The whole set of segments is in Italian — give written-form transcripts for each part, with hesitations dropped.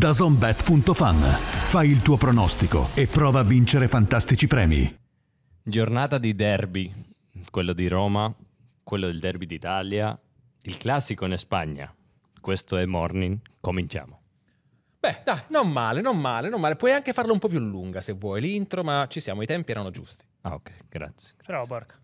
DAZNBet.fan. Fai il tuo pronostico e prova a vincere fantastici premi. Giornata di derby, quello di Roma, quello del derby d'Italia, il classico in Spagna. Questo è Morning, cominciamo. Beh, dai, non male. Puoi anche farlo un po' più lunga se vuoi l'intro, ma ci siamo, i tempi erano giusti. Ah, ok, grazie. Bravo, porca.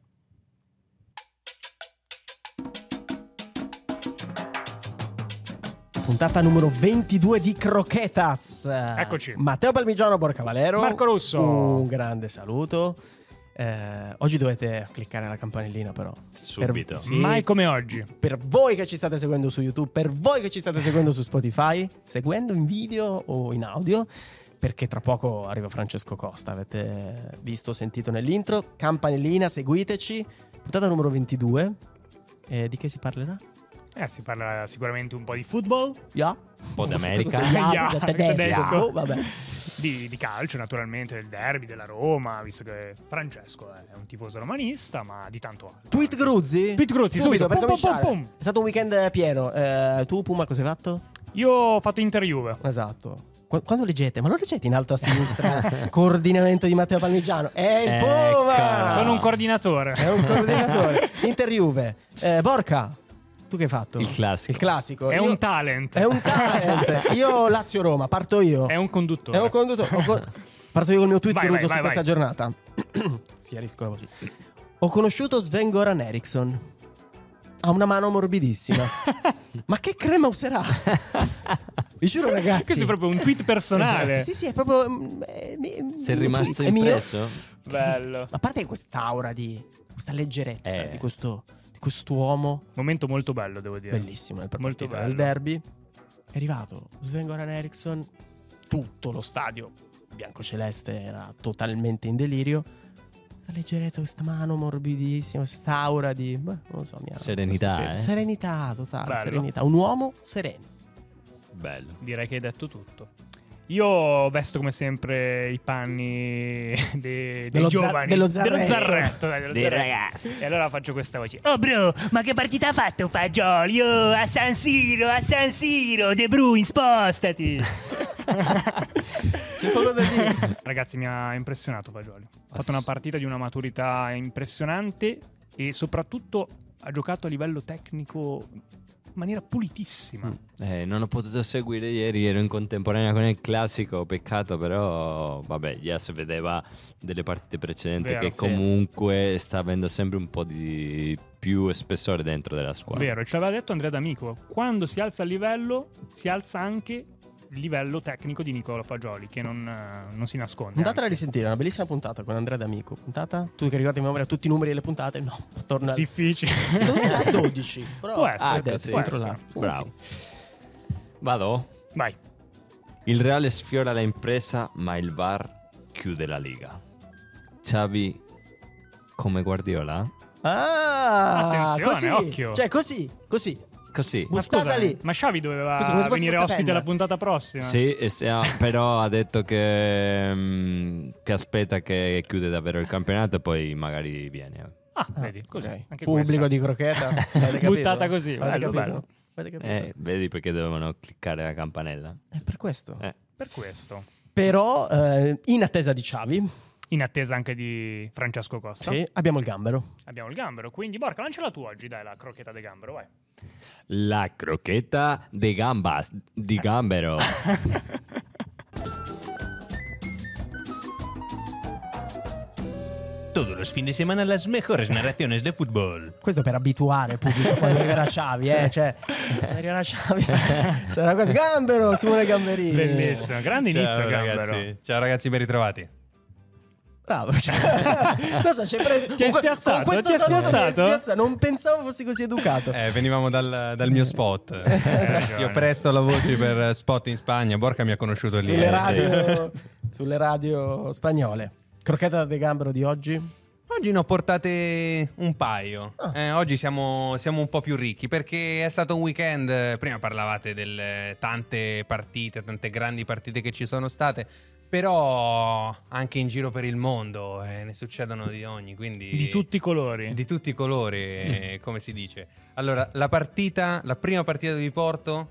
Puntata numero 22 di Croquetas. Eccoci. Matteo Palmigiano, Borca Valero. Marco Russo. Un grande saluto. Oggi dovete cliccare la campanellina però. Subito. Mai come oggi. Per voi che ci state seguendo su YouTube, per voi che ci state seguendo su Spotify, seguendo in video o in audio, perché tra poco arriva Francesco Costa. Avete visto, sentito nell'intro. Campanellina, seguiteci. Puntata numero 22. Di che si parlerà? Si parla sicuramente un po' di football, Yeah. Un po' d'America. tedesco. Vabbè. di calcio naturalmente, del derby, della Roma, visto che Francesco è un tifoso romanista, ma di tanto altro. Tweet Gruzzi? Tweet Gruzzi, subito per Pum, pum, cominciare. pum, pum. È stato un weekend pieno. Tu, Puma, cosa hai fatto? Io ho fatto Inter-Juve. Esatto. Quando leggete? Ma lo leggete in alto a sinistra? Coordinamento di Matteo Palmigiano. È il Puma! Sono un coordinatore. È un coordinatore. Inter-Juve. Borca, tu che hai fatto? Il classico. Il classico. È Io- un talent. È un talent. Io Lazio-Roma, parto io. È un conduttore. È un conduttore. Parto io col mio tweet Vai, Gruzzo vai, su vai, questa giornata. Si chiarisco la voce. Ho conosciuto Sven-Goran Eriksson. Ha una mano morbidissima. Ma che crema userà? Vi giuro, ragazzi. Questo è proprio un tweet personale. Sì, è proprio. Sei rimasto è mio. impresso? Bello. A parte questa questa leggerezza Eh. di quest'uomo Momento molto bello, devo dire. bellissimo nel Molto partita bello. del derby. È arrivato Sven-Goran Eriksson, tutto lo stadio biancoceleste era totalmente in delirio. Questa leggerezza, questa mano morbidissima, quest'aura di non lo so, Serenità, serenità totale, Bello. serenità, un uomo sereno. Bello. Direi che hai detto tutto. Io vesto come sempre i panni dei giovani. dello Zarretto. Dello Dei Zarretto. ragazzi. E allora faccio questa voce. Oh bro, ma che partita ha fatto Fagioli? Oh, a San Siro, De Bruyne, spostati. C'è poco da dire. Ragazzi, mi ha impressionato Fagioli. Ha fatto Ass- una partita di una maturità impressionante e soprattutto ha giocato a livello tecnico in maniera pulitissima. Non ho potuto seguire ieri, ero in contemporanea con il classico, peccato, però vabbè, già si vedeva delle partite precedenti Vero, che sì. comunque sta avendo sempre un po' di più spessore dentro della squadra. Vero, ci aveva detto Andrea D'Amico, quando si alza il livello, si alza anche il livello tecnico di Nicola Fagioli, che non si nasconde. Puntatela a anzi. risentire, una bellissima puntata con Andrea D'Amico. Puntata? Tu che ricordi in memoria tutti i numeri delle puntate? No, torna Difficile. secondo me la 12. Però Può essere, adesso può controllare. essere. Bravo. Vado? Vai. Il Reale sfiora la impresa, ma il VAR chiude la Liga. Xavi come Guardiola? Ah, Attenzione, così. occhio. Cioè così. Così. Ma Buttata scusa, lì. ma Xavi doveva Così, come se fosse venire questa ospite penna. la puntata prossima. Sì, però ha detto che aspetta che chiude davvero il campionato e poi magari viene. Ah, vedi, così. Ok. Anche Pubblico questa. di Croquetas. Avete capito? Buttata così, Avete bello, capito? bello. Avete capito? Vedi perché dovevano cliccare la campanella? È per questo. Per questo. Però, in attesa di Xavi, In attesa anche di Francesco Costa. sì, abbiamo il gambero. Abbiamo il gambero, quindi Borca, lanciala tu oggi, dai, la crocchetta de gambero, vai. La croqueta de gambas di gambero. Todos los fines de semana las mejores narraciones de fútbol. Questo per abituare il pubblico quando arriverà Xavi, cioè quando arriverà Xavi sarà questo gambero, Simone Gamberini. Bellissimo, grande inizio Ciao gambero. ragazzi, ciao ragazzi, ben ritrovati. Bravo. Non so, ci hai preso. Ti hai con spiazzato, questo ti hai saluto mi hai spiazzato? spiazzato. Non pensavo fossi così educato. Venivamo dal mio spot. Io presto la voce per spot in Spagna. Borca mi ha conosciuto lì. Sulle radio spagnole. Crocchetta de gambero di oggi. Oggi ne ho portate un paio. Oggi siamo un po' più ricchi perché è stato un weekend. Prima parlavate delle tante partite, tante grandi partite che ci sono state. Però anche in giro per il mondo ne succedono di ogni, quindi Di tutti i colori. di tutti i colori, come si dice. Allora, la prima partita di Porto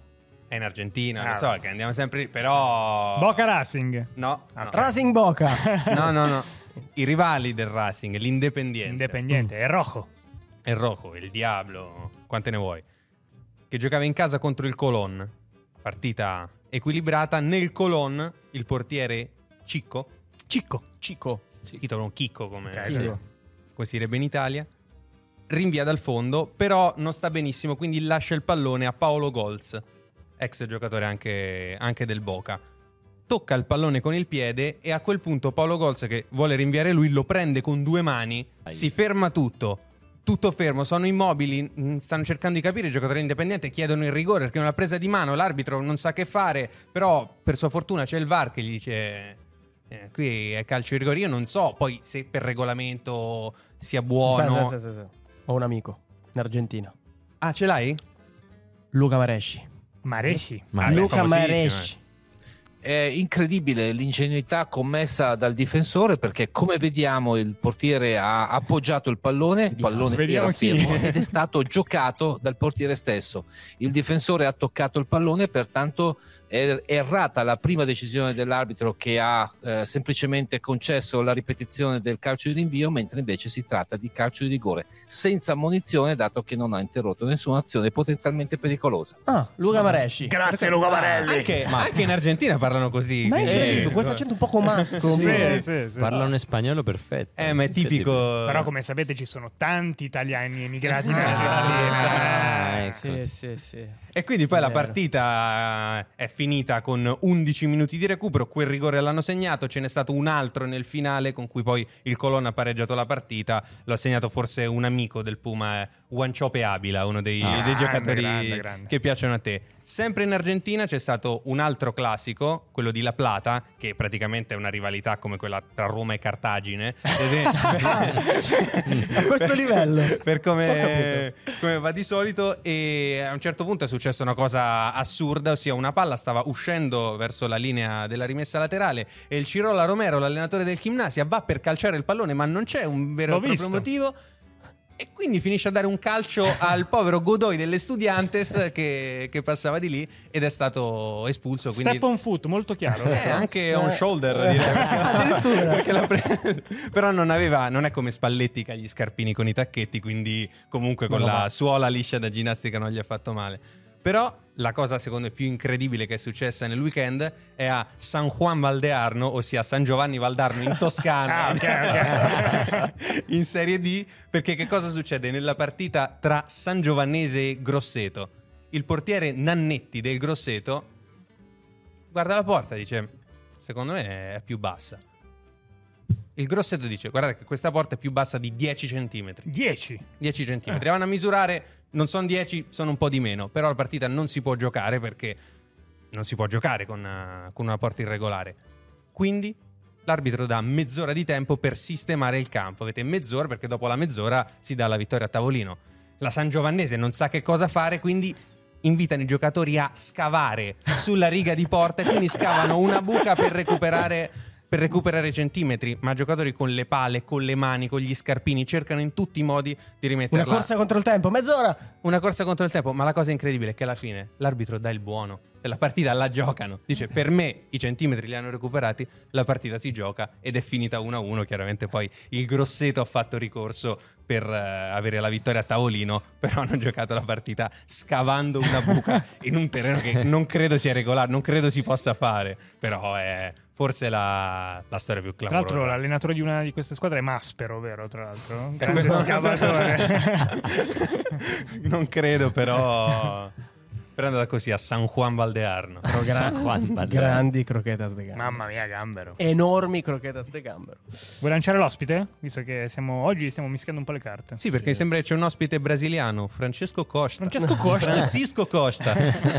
È in Argentina, Ah, lo so che andiamo sempre lì, però... Boca Racing. No, no. Racing Boca. No. I rivali del Racing, l'Independiente. Independiente, è rojo. Il Rojo, il Diablo, quante ne vuoi? Che giocava in casa contro il Colón. Partita equilibrata. Nel Colón il portiere Chico, Cico. si titola un Chicco come Ok, si direbbe in Italia, rinvia dal fondo, però non sta benissimo, quindi lascia il pallone a Paolo Golz, ex giocatore anche del Boca. Tocca il pallone con il piede e a quel punto Paolo Golz, che vuole rinviare lui, lo prende con 2 mani, si ferma tutto fermo, sono immobili, stanno cercando di capire, i giocatori indipendenti chiedono il rigore perché non l'ha presa di mano, l'arbitro non sa che fare, però per sua fortuna c'è il VAR che gli dice qui è calcio di rigore. Io non so poi se per regolamento sia buono. Sì. Ho un amico in Argentina, Ah, ce l'hai? Luca Maresci. Maresci. Luca famosissimo, Maresci. È incredibile l'ingenuità commessa dal difensore, perché come vediamo il portiere ha appoggiato il pallone Vediamo era chi. fermo ed è stato giocato dal portiere stesso. Il difensore ha toccato il pallone, pertanto è errata la prima decisione dell'arbitro, che ha semplicemente concesso la ripetizione del calcio di rinvio, mentre invece si tratta di calcio di rigore senza ammonizione, dato che non ha interrotto nessuna azione potenzialmente pericolosa. Luca Maresci. Grazie Luca Marelli. Anche in Argentina parlano così. Ma è quindi- incredibile, questo accento un poco masco. Sì. Parlano in spagnolo perfetto. ma è tipico. Però come sapete ci sono tanti italiani emigrati in Ah, Argentina. ecco. Sì. E quindi poi la Vero. partita è finita con 11 minuti di recupero, quel rigore l'hanno segnato, ce n'è stato un altro nel finale con cui poi il Colón ha pareggiato la partita, lo ha segnato forse un amico del Puma, Wanchope Abila, uno dei giocatori grande. che piacciono a te. Sempre in Argentina c'è stato un altro classico, quello di La Plata, che praticamente è una rivalità come quella tra Roma e Cartagine. A questo livello. Per Ho come va di solito. E a un certo punto è successa una cosa assurda, ossia una palla stava uscendo verso la linea della rimessa laterale e il Cirola Romero, l'allenatore del Gimnasia, va per calciare il pallone, ma non c'è un vero e L'ho proprio visto. motivo. E quindi finisce a dare un calcio al povero Godoy delle Studiantes che passava di lì ed è stato espulso. Quindi Step on foot, molto chiaro. anche on shoulder direi, perché però non è come Spalletti che ha gli scarpini con i tacchetti, quindi comunque con la suola liscia da ginnastica non gli ha fatto male. Però la cosa secondo me più incredibile che è successa nel weekend è a San Juan Valdearno, ossia San Giovanni Valdarno in Toscana. Ok. In Serie D, perché che cosa succede nella partita tra San Giovannese e Grosseto? Il portiere Nannetti del Grosseto guarda la porta e dice: secondo me è più bassa. Il Grosseto dice: guardate che questa porta è più bassa di 10 centimetri. 10. 10 centimetri. Vanno a misurare, non sono 10, sono un po' di meno. Però la partita non si può giocare perché non si può giocare con una porta irregolare. Quindi l'arbitro dà mezz'ora di tempo per sistemare il campo. Avete mezz'ora perché dopo la mezz'ora si dà la vittoria a tavolino. La San Giovannese non sa che cosa fare, quindi invitano i giocatori a scavare sulla riga di porta e quindi scavano una buca per recuperare centimetri, ma giocatori con le pale, con le mani, con gli scarpini cercano in tutti i modi di rimetterla. Una corsa contro il tempo, mezz'ora. Una corsa contro il tempo, ma la cosa incredibile è che alla fine l'arbitro dà il buono e la partita la giocano. Dice: per me i centimetri li hanno recuperati, la partita si gioca ed è finita 1-1. Chiaramente poi il Grosseto ha fatto ricorso per avere la vittoria a tavolino, però hanno giocato la partita scavando una buca in un terreno che non credo sia regolare, non credo si possa fare, però è forse la storia più Tra clamorosa. l'altro l'allenatore di una di queste squadre è Maspero, vero? Tra l'altro, grande questo- scavatore. Non credo, però è andata così a San Juan Valdearno. San Juan Valdearno. Grandi croquetas de gambero. Mamma mia, gambero. Enormi croquetas de gambero. Vuoi lanciare l'ospite? Visto che oggi stiamo mischiando un po' le carte. Sì, perché mi sembra che c'è un ospite brasiliano, Francesco Costa. Francisco Costa.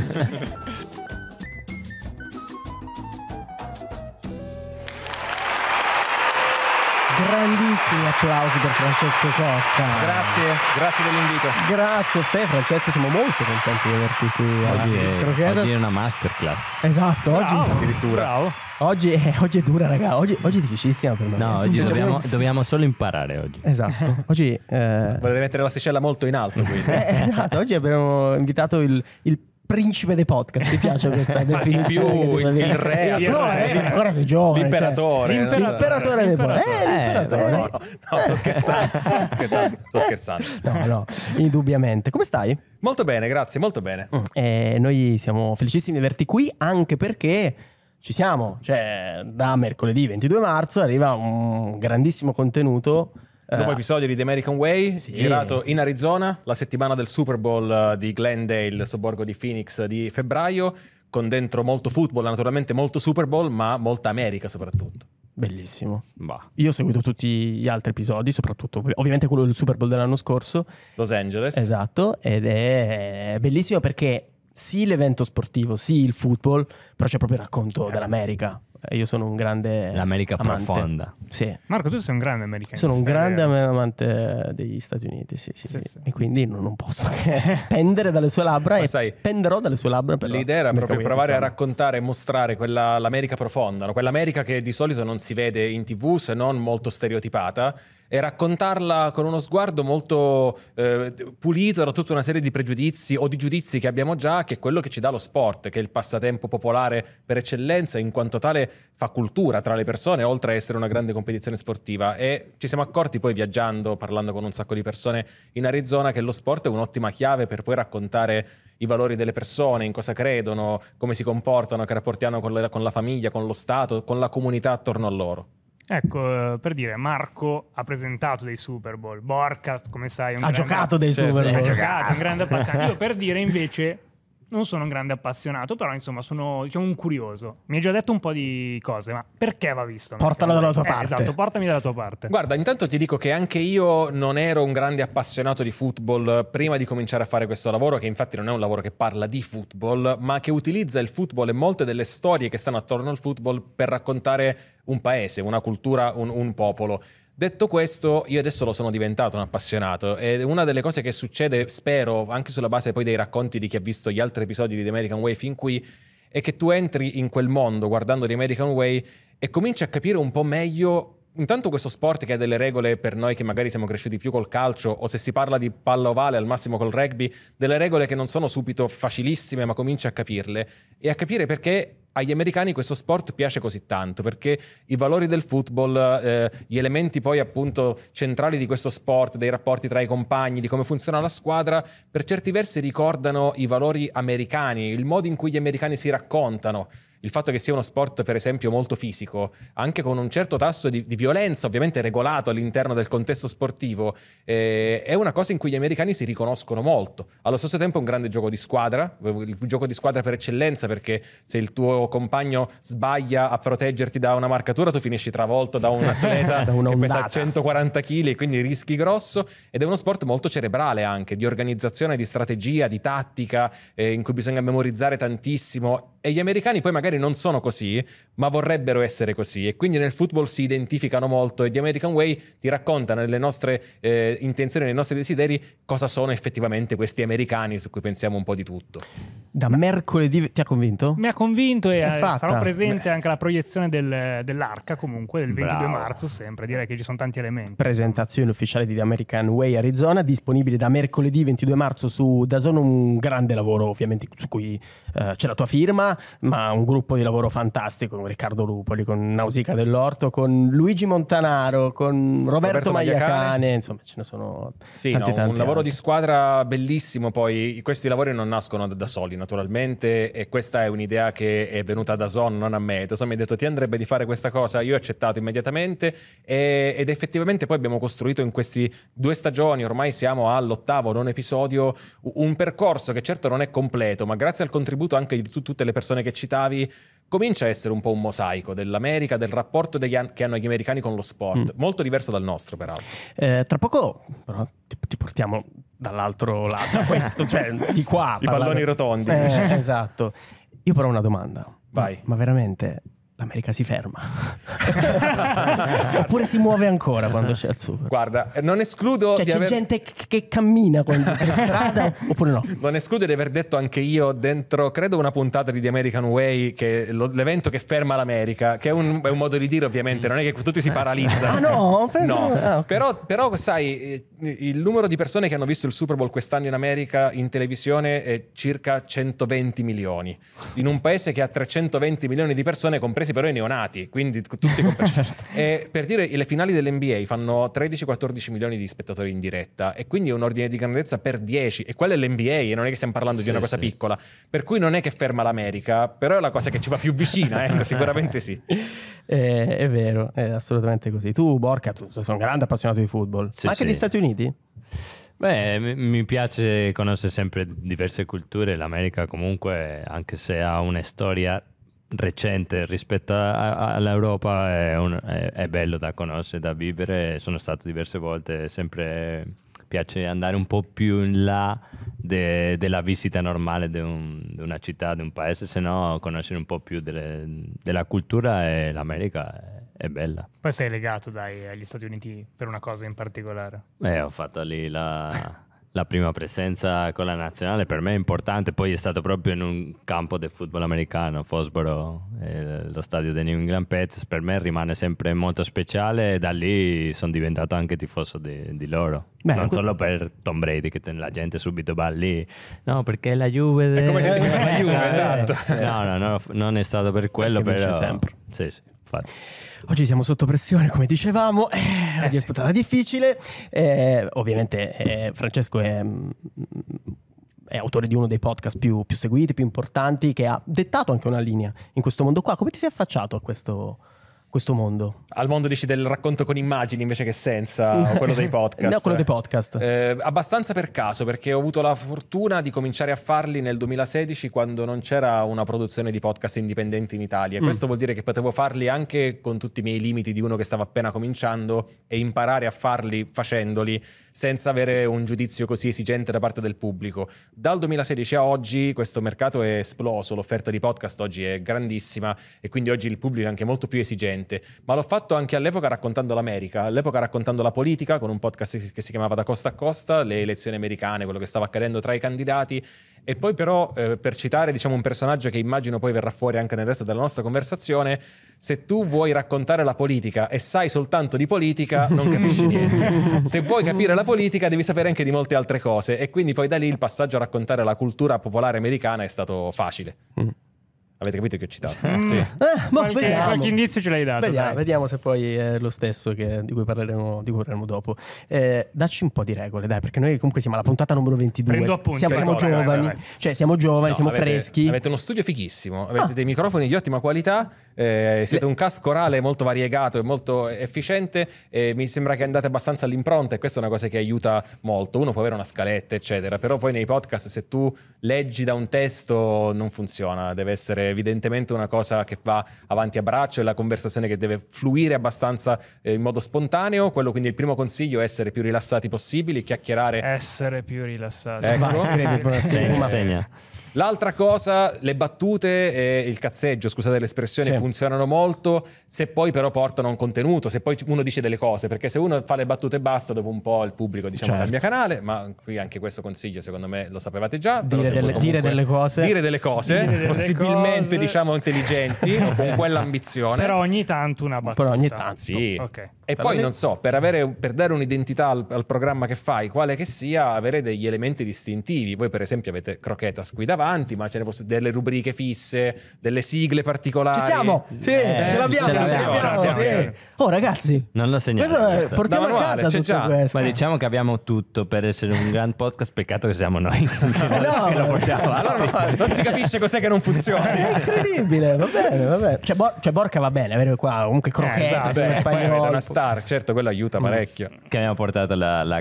Grandissimi applausi per Francesco Costa. Grazie dell'invito. Grazie a te, Francesco, siamo molto contenti di averti qui. Oggi è una masterclass. Esatto, Bravo, addirittura. Bravo. oggi è dura, raga. Oggi è difficilissima per me. No, oggi dobbiamo solo imparare oggi. Esatto. Oggi Volete mettere l'asticella molto in alto, quindi. esatto, oggi abbiamo invitato il principe dei podcast, ti piace questa definizione? Di più, il re, no, ora sei giovane, l'imperatore. L'imperatore dei podcast. L'imperatore. No, sto scherzando. No, indubbiamente. Come stai? Molto bene, grazie, molto bene. Noi siamo felicissimi di averti qui, anche perché ci siamo, cioè da mercoledì 22 marzo arriva un grandissimo contenuto. Nuovo episodio di The American Way, sì. girato in Arizona, la settimana del Super Bowl di Glendale, sobborgo di Phoenix, di febbraio, con dentro molto football, naturalmente molto Super Bowl, ma molta America soprattutto. Bellissimo. Bah. Io ho seguito tutti gli altri episodi, soprattutto ovviamente quello del Super Bowl dell'anno scorso. Los Angeles. Esatto, ed è bellissimo perché sì l'evento sportivo, sì il football, però c'è proprio il racconto dell'America. Io sono un grande L'America amante. profonda. Sì. Marco, tu sei un grande americanista. Sono un grande vero? amante degli Stati Uniti, sì. Sì. E quindi non posso che pendere dalle sue labbra Ma e sai, penderò dalle sue labbra. Per l'idea era proprio provare a raccontare. raccontare e mostrare l'America profonda, no? Quell'America che di solito non si vede in TV, se non molto stereotipata, e raccontarla con uno sguardo molto pulito da tutta una serie di pregiudizi o di giudizi che abbiamo già, che è quello che ci dà lo sport, che è il passatempo popolare per eccellenza, in quanto tale fa cultura tra le persone, oltre a essere una grande competizione sportiva. E ci siamo accorti poi viaggiando, parlando con un sacco di persone in Arizona, che lo sport è un'ottima chiave per poi raccontare i valori delle persone, in cosa credono, come si comportano, che rapporti hanno con la famiglia, con lo Stato, con la comunità attorno a loro. Ecco, per dire, Marco ha presentato dei Super Bowl, Borca, come sai, Ha giocato dei Super Bowl. Ha giocato, un grande appassionato. Io, per dire, invece, non sono un grande appassionato, però insomma sono, diciamo, un curioso. Mi hai già detto un po' di cose, ma perché va visto? Portalo dalla tua parte. Esatto, portami dalla tua parte. Guarda, intanto ti dico che anche io non ero un grande appassionato di football prima di cominciare a fare questo lavoro, che infatti non è un lavoro che parla di football, ma che utilizza il football e molte delle storie che stanno attorno al football per raccontare un paese, una cultura, un popolo. Detto questo, io adesso lo sono diventato un appassionato, e una delle cose che succede, spero, anche sulla base poi dei racconti di chi ha visto gli altri episodi di The American Way fin qui, è che tu entri in quel mondo guardando The American Way e cominci a capire un po' meglio intanto questo sport che ha delle regole per noi che magari siamo cresciuti più col calcio, o se si parla di palla ovale al massimo col rugby, delle regole che non sono subito facilissime, ma cominci a capirle e a capire perché agli americani questo sport piace così tanto, perché i valori del football, gli elementi poi appunto centrali di questo sport, dei rapporti tra i compagni, di come funziona la squadra, per certi versi ricordano i valori americani, il modo in cui gli americani si raccontano. Il fatto che sia uno sport, per esempio, molto fisico, anche con un certo tasso di violenza, ovviamente regolato all'interno del contesto sportivo, è una cosa in cui gli americani si riconoscono molto. Allo stesso tempo è un grande gioco di squadra, il gioco di squadra per eccellenza, perché se il tuo compagno sbaglia a proteggerti da una marcatura, tu finisci travolto da un atleta Da una che pesa ondata. 140 kg e quindi rischi grosso, ed è uno sport molto cerebrale anche, di organizzazione, di strategia, di tattica, in cui bisogna memorizzare tantissimo, e gli americani poi magari non sono così, ma vorrebbero essere così, e quindi nel football si identificano molto, e The American Way ti racconta nelle nostre intenzioni, nei nostri desideri, cosa sono effettivamente questi americani su cui pensiamo un po' di tutto. Da mercoledì ti ha convinto? Mi ha convinto e È fatta. sarò presente anche alla proiezione dell'Arca, comunque, del 22 Bravo. marzo sempre. Direi che ci sono tanti elementi. Presentazione ufficiale di The American Way Arizona, disponibile da mercoledì 22 marzo su DAZN, un grande lavoro ovviamente su cui c'è la tua firma, ma un gruppo di lavoro fantastico con Riccardo Lupoli, con Nausicaa Dell'Orto, con Luigi Montanaro, con Roberto Magliacane, insomma ce ne sono Sì, tanti, no, tanti un lavoro altri. di squadra bellissimo. Poi questi lavori non nascono da soli, naturalmente, e questa è un'idea che è venuta da DAZN, non a me. DAZN mi ha detto: ti andrebbe di fare questa cosa? Io ho accettato immediatamente, ed effettivamente poi abbiamo costruito in questi 2 stagioni, ormai siamo all'8º, 9 episodio, un percorso che certo non è completo, ma grazie al contributo anche di tutte le persone che citavi comincia a essere un po' un mosaico dell'America, del rapporto che hanno gli americani con lo sport, molto diverso dal nostro peraltro. Tra poco però ti portiamo dall'altro lato, questo, cioè di qua. I palloni rotondi. Esatto. Io però ho una domanda. Vai. Ma veramente l'America si ferma. Oppure si muove ancora quando c'è il Super. Guarda, non escludo Cioè di c'è aver... gente che cammina quando per strada oppure no? Non escludo di aver detto anche io dentro, credo, una puntata di The American Way, che è l'evento che ferma l'America, che è un modo di dire, ovviamente, non è che tutti si paralizzano. Ah no? No, Ah, ok. però sai, il numero di persone che hanno visto il Super Bowl quest'anno in America in televisione è circa 120 milioni. In un paese che ha 320 milioni di persone, compresi però i neonati, quindi tutti compresi. E per dire, le finali dell'NBA fanno 13-14 milioni di spettatori in diretta, e quindi è un ordine di grandezza per 10, e quella è l'NBA, e non è che stiamo parlando di una cosa piccola, per cui non è che ferma l'America, però è la cosa che ci va più vicina, sicuramente sì. È vero, è assolutamente così. Tu, Borca, tu sei un grande appassionato di football, Sì, ma anche sì. di Stati Uniti? Beh, mi piace conoscere sempre diverse culture. L'America comunque, anche se ha una storia recente rispetto all'Europa, è bello da conoscere, da vivere. Sono stato diverse volte, sempre piace andare un po' più in là della visita normale di una città, di un paese, se no conoscere un po' più della cultura, e l'America è bella. Poi sei legato, dai, agli Stati Uniti per una cosa in particolare. Ho fatto lì la prima presenza con la nazionale, per me è importante. Poi è stato proprio in un campo del football americano, Foxborough, lo stadio dei New England Patriots. Per me rimane sempre molto speciale, e da lì sono diventato anche tifoso di loro. Beh, non solo per Tom Brady, che la gente subito va lì, no, perché la Juve È come se ti chiama la Juve, esatto. No, non è stato per quello, Perché vince però sempre. sì, infatti. Oggi siamo sotto pressione, come dicevamo, è una puntata difficile. Ovviamente Francesco è autore di uno dei podcast più seguiti, più importanti, che ha dettato anche una linea in questo mondo qua. Come ti sei affacciato a questo mondo? Al mondo, dici, del racconto con immagini invece che senza, o quello dei podcast? No, quello dei podcast. Abbastanza per caso, perché ho avuto la fortuna di cominciare a farli nel 2016, quando non c'era una produzione di podcast indipendenti in Italia. Questo vuol dire che potevo farli anche con tutti i miei limiti di uno che stava appena cominciando, e imparare a farli facendoli, senza avere un giudizio così esigente da parte del pubblico. Dal 2016 a oggi questo mercato è esploso, l'offerta di podcast oggi è grandissima, e quindi oggi il pubblico è anche molto più esigente. Ma l'ho fatto anche all'epoca raccontando l'America, all'epoca raccontando la politica, con un podcast che si chiamava Da Costa a Costa, le elezioni americane, quello che stava accadendo tra i candidati. E poi però, per citare, diciamo, un personaggio che immagino poi verrà fuori anche nel resto della nostra conversazione, se tu vuoi raccontare la politica e sai soltanto di politica, non capisci niente. Se vuoi capire la politica, devi sapere anche di molte altre cose, e quindi poi da lì il passaggio a raccontare la cultura popolare americana è stato facile. Avete capito che ho citato? Sì. Qualche indizio ce l'hai dato. Vediamo se poi è lo stesso di cui parleremo dopo. Dacci un po' di regole, dai, perché noi comunque siamo alla puntata numero 22. Prendo appunti. Siamo giovani, siamo giovani, No, siamo avete, freschi. Avete uno studio fighissimo, avete dei microfoni di ottima qualità, siete un cast corale molto variegato e molto efficiente, e mi sembra che andate abbastanza all'impronta, e questa è una cosa che aiuta molto. Uno può avere una scaletta, eccetera, però poi nei podcast, se tu leggi da un testo, non funziona. Deve essere evidentemente una cosa che va avanti a braccio, è la conversazione che deve fluire abbastanza in modo spontaneo. Quello, quindi, il primo consiglio è essere più rilassati possibili, chiacchierare. Essere più rilassati. Ecco. Segna. L'altra cosa, le battute e il cazzeggio, scusate l'espressione, funzionano molto se poi però portano un contenuto, se poi uno dice delle cose, perché se uno fa le battute e basta, dopo un po' il pubblico, diciamo, cambia canale. Ma qui anche questo consiglio, secondo me, lo sapevate già. Dire delle cose, possibilmente diciamo intelligenti, o con quell'ambizione. Però ogni tanto una battuta. Sì. Ok. E poi non so, per dare un'identità al programma che fai, quale che sia, avere degli elementi distintivi. Voi per esempio avete Croquetas qui davanti, ma ce ne possono delle rubriche fisse, delle sigle particolari. Ci siamo? Sì, ce l'abbiamo. Sì. Oh ragazzi, non lo segnalo. Portiamo a casa tutto già. questo. Ma diciamo che abbiamo tutto per essere un gran podcast, peccato che siamo noi No, che lo portiamo. Allora non si capisce cos'è che non funziona. È incredibile, va bene. Cioè Borca va bene, avere qua comunque Croquetas, Poi spagnolo. avete una star, certo, quello aiuta parecchio. Che abbiamo portato la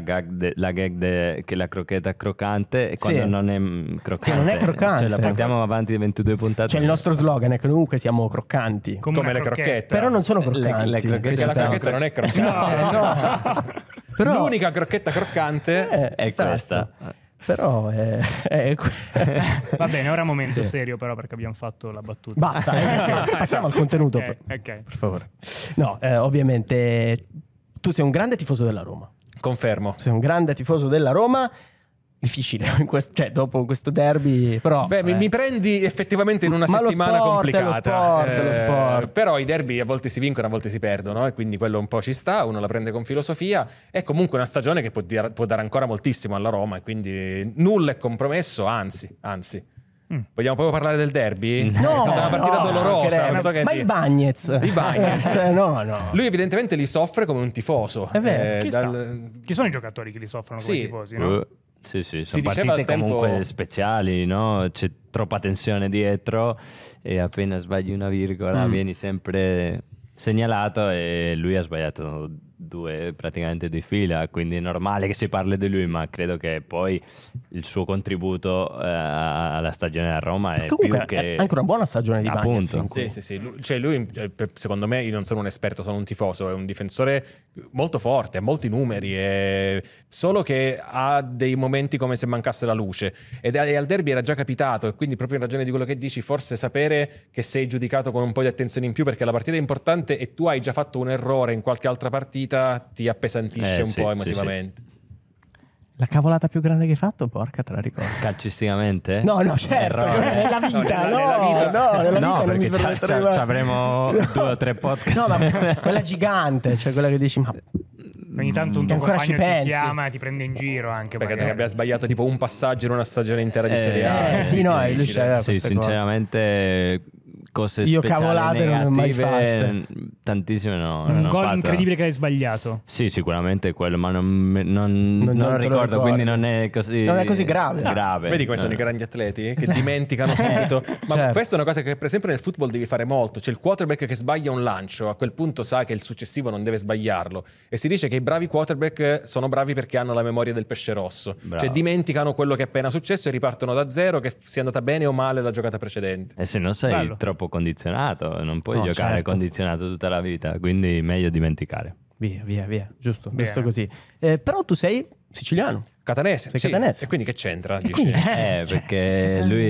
gag che la crocchetta è croccante, e quando non è croccante, Che non è croccante. cioè la portiamo avanti di 22 puntate. Cioè il nostro slogan è che comunque siamo croccanti. Come le crocchette. Però non sono croccanti. Le crocchette Perché la crocchetta non è croccante. Però L'unica crocchetta croccante è esatto. questa. Però Va bene, ora momento Sì. serio però, perché abbiamo fatto la battuta. Basta, passiamo al contenuto. Ok. Per favore. No, ovviamente tu sei un grande tifoso della Roma. Confermo. Sei un grande tifoso della Roma. Difficile, cioè dopo questo derby, però... Beh, mi prendi effettivamente in una Ma lo settimana sport, complicata. lo sport. Però i derby a volte si vincono, a volte si perdono, e quindi quello un po' ci sta, uno la prende con filosofia. È comunque una stagione che può dare ancora moltissimo alla Roma, e quindi nulla è compromesso, anzi. Vogliamo proprio parlare del derby? No, è stata una partita dolorosa. Non so che ma dire. i Bagnez. I Bagnez. Cioè, no. Lui evidentemente li soffre come un tifoso. È vero. Ci sta. Ci sono i giocatori che li soffrono come Sì. tifosi, no? Sì, Si sono diceva partite al tempo- comunque speciali, no? C'è troppa tensione dietro e appena sbagli una virgola vieni sempre segnalato, e lui ha sbagliato 2 praticamente di fila, quindi è normale che si parli di lui, ma credo che poi il suo contributo alla stagione a Roma è Comunque più che... è anche una buona stagione di Bagnez. Appunto. Sì. Lui, secondo me, io non sono un esperto, sono un tifoso, è un difensore molto forte, ha molti numeri, solo che ha dei momenti come se mancasse la luce, ed al derby era già capitato, e quindi proprio in ragione di quello che dici, forse sapere che sei giudicato con un po' di attenzione in più perché la partita è importante e tu hai già fatto un errore in qualche altra partita, ti appesantisce un sì, po' sì, emotivamente. La cavolata più grande che hai fatto, porca, te la ricordi? Calcisticamente? No, certo, Errore. nella vita, nella vita. nella vita No, non mi perché permetterei mai. avremo 2 o 3 podcast. No, ma quella gigante, cioè quella che dici, ma Ogni tanto un tuo ancora ci compagno ti pensi. chiama e ti prende in giro anche. Perché magari. abbia sbagliato tipo un passaggio in una stagione intera di Serie A. sì, no, lui difficile. c'era Sì, queste sinceramente cose Io speciali cavolate non ne ho mai negative, tantissime no. Un non ho gol fatto. incredibile che hai sbagliato. Sì, sicuramente quello, ma non te lo lo ricordo, ricordi. quindi non è così grave. Vedi come sono i grandi atleti che dimenticano subito. Ma Certo. questa è una cosa che per esempio nel football devi fare molto. C'è il quarterback che sbaglia un lancio, a quel punto sa che il successivo non deve sbagliarlo, e si dice che i bravi quarterback sono bravi perché hanno la memoria del pesce rosso. Bravo. Cioè dimenticano quello che è appena successo e ripartono da zero, che sia andata bene o male la giocata precedente. E se non sei Bello. troppo condizionato, non puoi No, giocare certo. condizionato tutta la vita, quindi meglio dimenticare. Via, giusto Bene. così. Però tu sei siciliano. Catanese, Sei sì. catanese. E quindi che c'entra? E Dici? quindi- Perché lui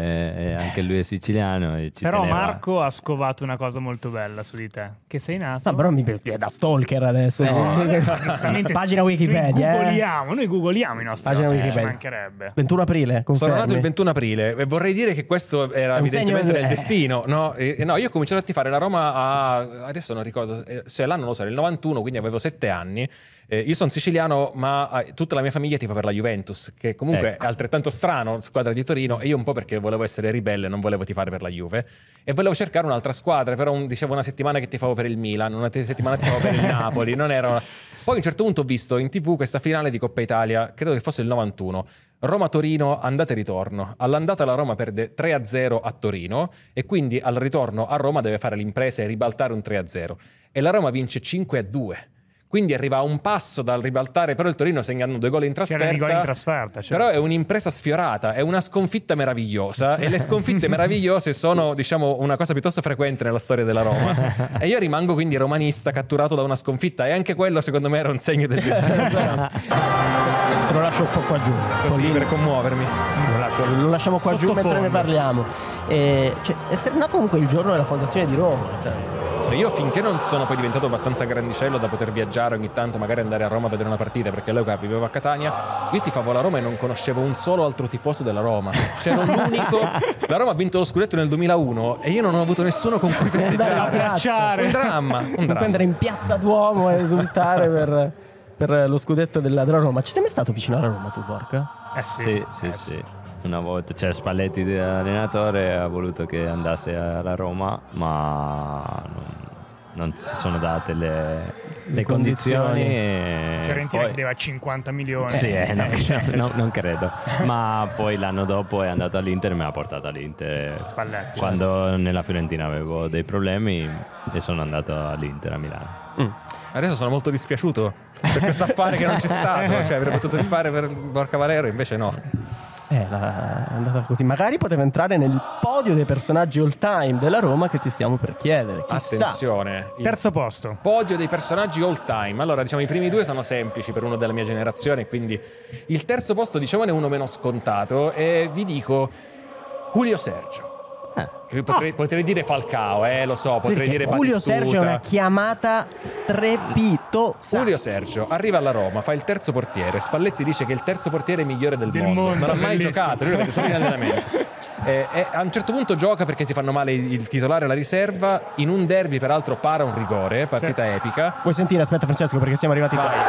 è anche lui è siciliano e ci Però teneva. Marco ha scovato una cosa molto bella su di te. Che sei nato. No, però mi vesti da stalker adesso. Giustamente, Pagina Wikipedia. Noi googoliamo i nostri Pagina ospiti, ci Wikipedia. mancherebbe. 21 aprile, confermi? Sono nato il 21 aprile e vorrei dire che questo era È un evidentemente segno- nel destino. No, no, io ho cominciato a tifare la Roma adesso non ricordo se l'anno lo so, nel 91, quindi avevo 7 anni. Io sono siciliano, ma tutta la mia famiglia tifa per la Juventus, che comunque Ecco. è altrettanto strano, squadra di Torino, e io un po' perché volevo essere ribelle, non volevo tifare per la Juve e volevo cercare un'altra squadra, però dicevo una settimana che tifavo per il Milan, una settimana tifavo per il Napoli, non era... Poi a un certo punto ho visto in TV questa finale di Coppa Italia, credo che fosse il 91, Roma-Torino, andata e ritorno. All'andata la Roma perde 3-0 a Torino e quindi al ritorno a Roma deve fare l'impresa e ribaltare un 3-0. E la Roma vince 5-2. Quindi arriva a un passo dal ribaltare, però il Torino segnando 2 gol in trasferta. C'erano i gol in trasferta, certo. Però è un'impresa sfiorata, è una sconfitta meravigliosa e le sconfitte meravigliose sono, diciamo, una cosa piuttosto frequente nella storia della Roma. E io rimango quindi romanista, catturato da una sconfitta, e anche quello secondo me era un segno del destino. Te lo lascio un po' qua giù. Così Così per commuovermi. lo lasciamo qua giù mentre Sottofondo. ne parliamo. Essere nato comunque il giorno della fondazione di Roma. Cioè, Io finché non sono poi diventato abbastanza grandicello da poter viaggiare ogni tanto, magari andare a Roma a vedere una partita, perché all'epoca vivevo a Catania, io tifavo la Roma e non conoscevo un solo altro tifoso della Roma. Cioè ero l'unico. La Roma ha vinto lo scudetto nel 2001 e io non ho avuto nessuno con cui andare alla festeggiare. piazza. Un dramma, un Puoi dramma. andare in piazza Duomo e esultare per lo scudetto della Roma. Ci sei mai stato vicino alla Roma tu, porca? Sì. Sì. Una volta c'era Spalletti di allenatore, ha voluto che andasse alla Roma, ma non si sono date le condizioni. E Fiorentina poi... chiedeva 50 milioni. Sì, non credo. Ma poi l'anno dopo è andato all'Inter e mi ha portato all'Inter. Spalletti. Quando nella Fiorentina avevo dei problemi e sono andato all'Inter a Milano. Adesso sono molto dispiaciuto per questo affare che non c'è stato. Cioè avrei potuto fare per Borca Valero, invece no. È andata così. Magari poteva entrare nel podio dei personaggi all time della Roma che ti stiamo per chiedere. Chissà. Attenzione, il Terzo posto. podio dei personaggi all time. Allora, diciamo, i primi due sono semplici per uno della mia generazione, quindi il terzo posto, diciamone uno meno scontato, e vi dico Julio Sergio. Che potrei dire Falcao, lo so, potrei dire Julio Batistuta. Sergio è una chiamata strepitosa. Julio Sergio arriva alla Roma, fa il terzo portiere. Spalletti dice che è il terzo portiere migliore del mondo. Non ha mai bellissimo. giocato, lui lo vede solo in allenamento. E a un certo punto gioca perché si fanno male il titolare e la riserva. In un derby, peraltro, para un rigore, partita epica. Vuoi sentire? Aspetta Francesco, perché siamo arrivati qua.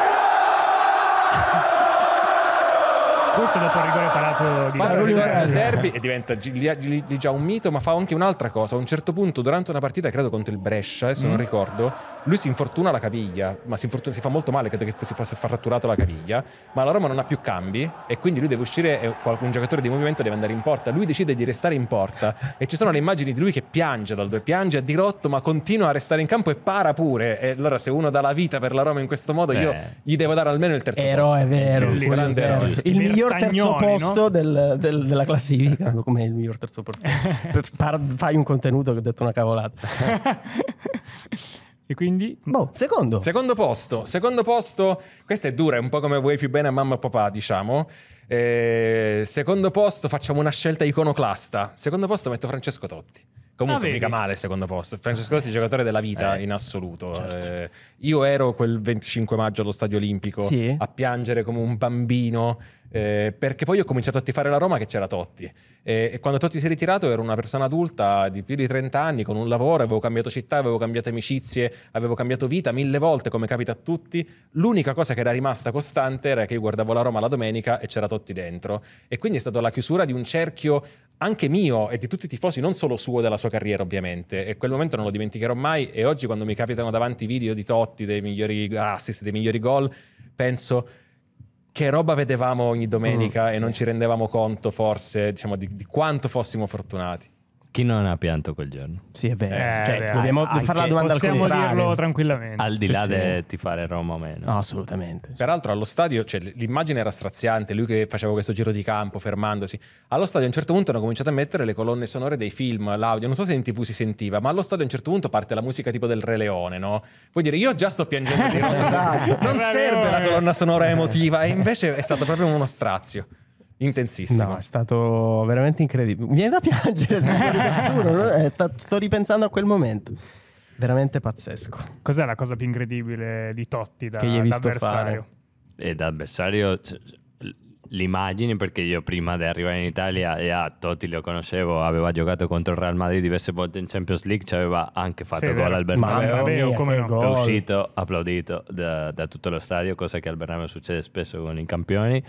Questo dopo il rigore parato di Para un Julio rigore al Sergio. derby e diventa lì già un mito, ma fa anche un'altra cosa. A un certo punto, durante una partita, credo contro il Brescia, adesso non ricordo, lui si infortuna alla caviglia, ma si fa molto male, credo che si fosse fratturato la caviglia, ma la Roma non ha più cambi e quindi lui deve uscire e un giocatore di movimento deve andare in porta. Lui decide di restare in porta e ci sono le immagini di lui che piange piange a dirotto, ma continua a restare in campo e para pure. E allora se uno dà la vita per la Roma in questo modo, io gli devo dare almeno il terzo posto. Eroe vero, Giusto, grande eroe. il miglior terzo Bertagnoli, posto della classifica. Come il miglior terzo portiere. Fai un contenuto che ho detto una cavolata. E quindi Secondo. Secondo posto, questa è dura, è un po' come vuoi più bene a mamma e papà, diciamo. Secondo posto, facciamo una scelta iconoclasta. Secondo posto metto Francesco Totti. Comunque mica male il secondo posto. Francesco Totti, giocatore della vita in assoluto. Certo. Io ero quel 25 maggio allo Stadio Olimpico a piangere come un bambino, perché poi ho cominciato a tifare la Roma che c'era Totti. E quando Totti si è ritirato ero una persona adulta di più di 30 anni con un lavoro, avevo cambiato città, avevo cambiato amicizie, avevo cambiato vita 1000 volte come capita a tutti. L'unica cosa che era rimasta costante era che io guardavo la Roma la domenica e c'era Totti dentro, e quindi è stata la chiusura di un cerchio anche mio e di tutti i tifosi, non solo suo, della sua carriera ovviamente, e quel momento non lo dimenticherò mai. E oggi quando mi capitano davanti video di Totti, dei migliori assist, dei migliori gol, penso che roba vedevamo ogni domenica e non ci rendevamo conto forse, diciamo, di quanto fossimo fortunati. Chi non ha pianto quel giorno? Sì, è vero. beh, Dobbiamo fare la domanda al possiamo contrario. dirlo tranquillamente. Al di là di tifare Roma o meno. No, assolutamente. Peraltro allo stadio, cioè, l'immagine era straziante, lui che faceva questo giro di campo fermandosi. Allo stadio a un certo punto hanno cominciato a mettere le colonne sonore dei film, l'audio, non so se in TV si sentiva, ma allo stadio a un certo punto parte la musica tipo del Re Leone, no? Puoi dire, io già sto piangendo di notte. Non serve la colonna sonora emotiva, e invece è stato proprio uno strazio. Intensissimo. No, è stato veramente incredibile. Mi viene da piangere, sto ripensando a quel momento. Veramente pazzesco. Cos'è la cosa più incredibile di Totti Che gli hai visto avversario? E da avversario l'immagini, perché io prima di arrivare in Italia Totti lo conoscevo, aveva giocato contro il Real Madrid diverse volte in Champions League, ci aveva anche fatto gol al Bernabéu, come no? è uscito applaudito da tutto lo stadio, cosa che al Bernabéu succede spesso con i campioni,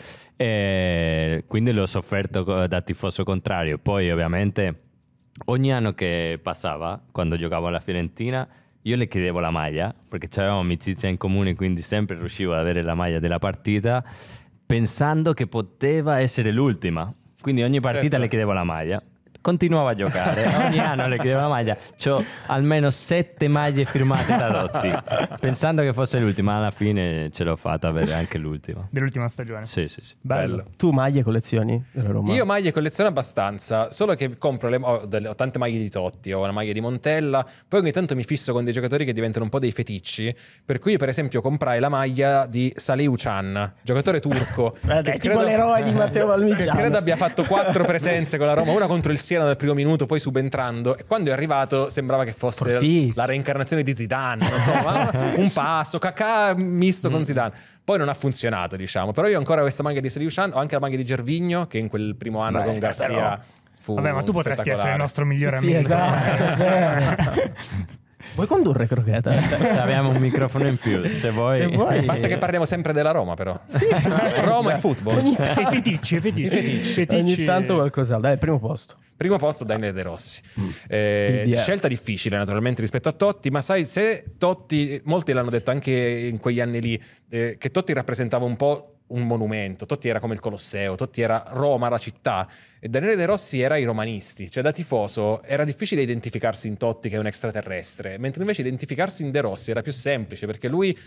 e quindi l'ho sofferto da tifoso contrario. Poi ovviamente ogni anno che passava, quando giocavo alla Fiorentina, io le chiedevo la maglia, perché avevamo amicizia in comune, quindi sempre riuscivo ad avere la maglia della partita, pensando che poteva essere l'ultima. Quindi ogni partita le chiedevo la maglia. Continuavo a giocare, ogni anno le chiedevo la maglia. C'ho almeno 7 maglie firmate da Totti, pensando che fosse l'ultima. Alla fine ce l'ho fatta avere anche l'ultima. Dell'ultima stagione. Sì. Bello. Tu maglie collezioni della Roma? Io maglie colleziono abbastanza, solo che compro ho tante maglie di Totti, ho una maglia di Montella, poi ogni tanto mi fisso con dei giocatori che diventano un po' dei feticci, per cui per esempio comprai la maglia di Salih Uçan, giocatore turco. È tipo l'eroe di Matteo Valmigiano. Credo abbia fatto 4 presenze con la Roma, una contro il Siena dal primo minuto, poi subentrando, e quando è arrivato sembrava che fosse fortissimo, la reincarnazione di Zidane, non so, ma un passo, Kakà misto con Zidane. Poi non ha funzionato, diciamo. Però io ho ancora questa maglia di Salih Uçan, ho anche la maglia di Gervinho, che in quel primo anno con Garcia fu Vabbè, ma tu potresti essere il nostro migliore sì, amico. Esatto. Vuoi condurre, Crocheta? Abbiamo un microfono in più, se vuoi. Basta che parliamo sempre della Roma, però. Sì. Roma e football. I feticci. Ogni tanto qualcos'altro. Dai, primo posto. Primo posto Daniele De Rossi. Scelta difficile naturalmente rispetto a Totti, ma sai, se Totti, molti l'hanno detto anche in quegli anni lì, che Totti rappresentava un po' un monumento, Totti era come il Colosseo, Totti era Roma, la città, e Daniele De Rossi era i romanisti, cioè da tifoso era difficile identificarsi in Totti che è un extraterrestre, mentre invece identificarsi in De Rossi era più semplice, perché lui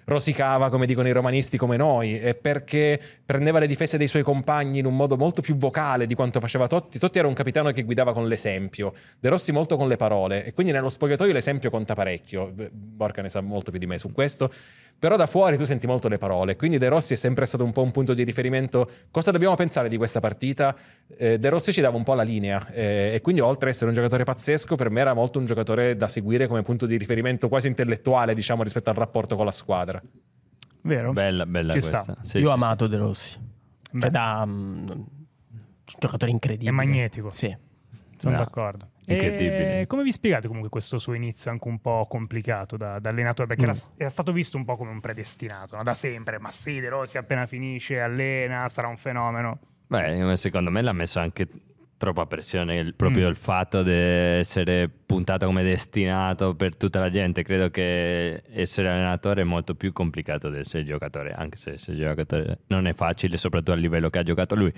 rosicava, come dicono i romanisti, come noi, e perché prendeva le difese dei suoi compagni in un modo molto più vocale di quanto faceva Totti. Totti era un capitano che guidava con l'esempio, De Rossi molto con le parole, e quindi nello spogliatoio l'esempio conta parecchio. Borca ne sa molto più di me su questo, però da fuori tu senti molto le parole, quindi De Rossi è sempre stato un po' un punto di riferimento. Cosa dobbiamo pensare di questa partita? De Rossi ci dava un po' la linea, e quindi oltre ad essere un giocatore pazzesco, per me era molto un giocatore da seguire come punto di riferimento quasi intellettuale, diciamo, rispetto al rapporto con la squadra. Vero? Bella Ci questa. sta. Sì, Io ho sì, amato De Rossi. Cioè, un giocatore incredibile. È magnetico. Sì. Sono No, d'accordo. incredibile. E come vi spiegate comunque questo suo inizio anche un po' complicato da allenatore? Perché era stato visto un po' come un predestinato, no? Da sempre. Ma sì, De Rossi appena finisce, allena, sarà un fenomeno. Beh, secondo me l'ha messo anche troppa pressione proprio il fatto di essere puntato come destinato per tutta la gente. Credo che essere allenatore è molto più complicato di essere giocatore, anche se essere giocatore non è facile, soprattutto a livello che ha giocato lui.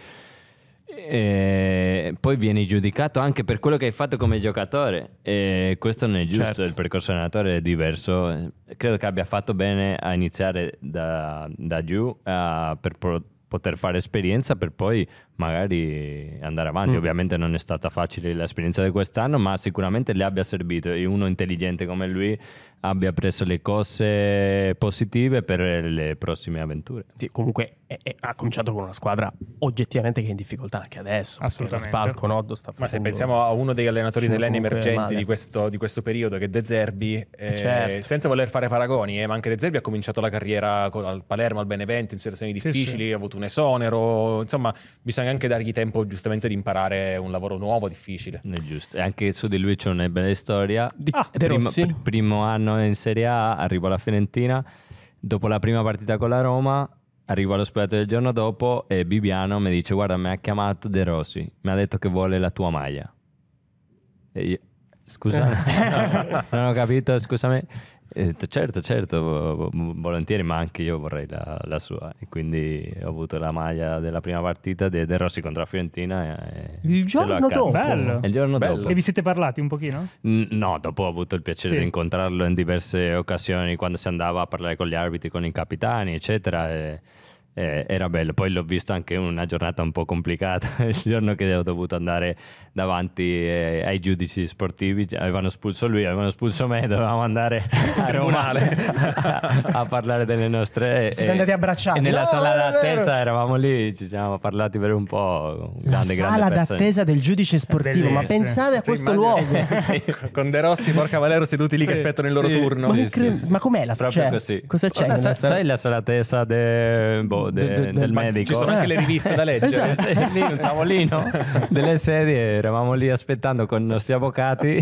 E poi vieni giudicato anche per quello che hai fatto come giocatore, e questo non è giusto. Certo. Il percorso allenatore è diverso. Credo che abbia fatto bene a iniziare da giù, per poter fare esperienza, per poi magari andare avanti. Ovviamente non è stata facile l'esperienza di quest'anno, ma sicuramente le abbia servito, e uno intelligente come lui abbia preso le cose positive per le prossime avventure. Sì, comunque ha cominciato con una squadra oggettivamente che è in difficoltà anche adesso. Assolutamente. Spalco, Noddo sta Ma se facendo... pensiamo a uno degli allenatori Sì, dell'Eni comunque emergenti male. di questo periodo, che è De Zerbi, Certo. senza voler fare paragoni, ma anche De Zerbi ha cominciato la carriera al Palermo, al Benevento, in situazioni difficili, ha avuto un esonero, insomma bisogna anche dargli tempo giustamente di imparare un lavoro nuovo, difficile. È giusto. E anche su di lui c'è una bella storia. De Rossi? Primo anno in Serie A, arrivo alla Fiorentina, dopo la prima partita con la Roma, arrivo allo spogliatoio il giorno dopo e Bibiano mi dice: guarda, mi ha chiamato De Rossi, mi ha detto che vuole la tua maglia. E io, scusa, non ho capito, scusami. E ho detto, certo, volentieri, ma anche io vorrei la sua. E quindi ho avuto la maglia della prima partita di De Rossi contro la Fiorentina. Il giorno dopo? Bello. Il giorno Bello. dopo. E vi siete parlati un pochino? No, dopo ho avuto il piacere Sì. di incontrarlo in diverse occasioni, quando si andava a parlare con gli arbitri, con i capitani, eccetera. E era bello. Poi l'ho visto anche in una giornata un po' complicata, il giorno che ho dovuto andare davanti ai giudici sportivi. Avevano espulso lui, avevano espulso me, dovevamo andare a Roma a parlare delle nostre. Siete andati abbracciati? E nella No, sala non è vero. d'attesa eravamo lì, ci siamo parlati per un po'. La sala persone. d'attesa del giudice sportivo, ma Bellissimo. pensate a questo immagini- luogo. Con De Rossi, Porca Valero seduti lì che Sì, aspettano il loro sì, turno. Ma, sì, non cre- sì. ma com'è la Proprio cioè, così. cosa c'è? Guarda, nella sai la sala attesa del medico? Ci sono anche le riviste da leggere. Esatto. Lì un tavolino delle sedie, eravamo lì aspettando con i nostri avvocati.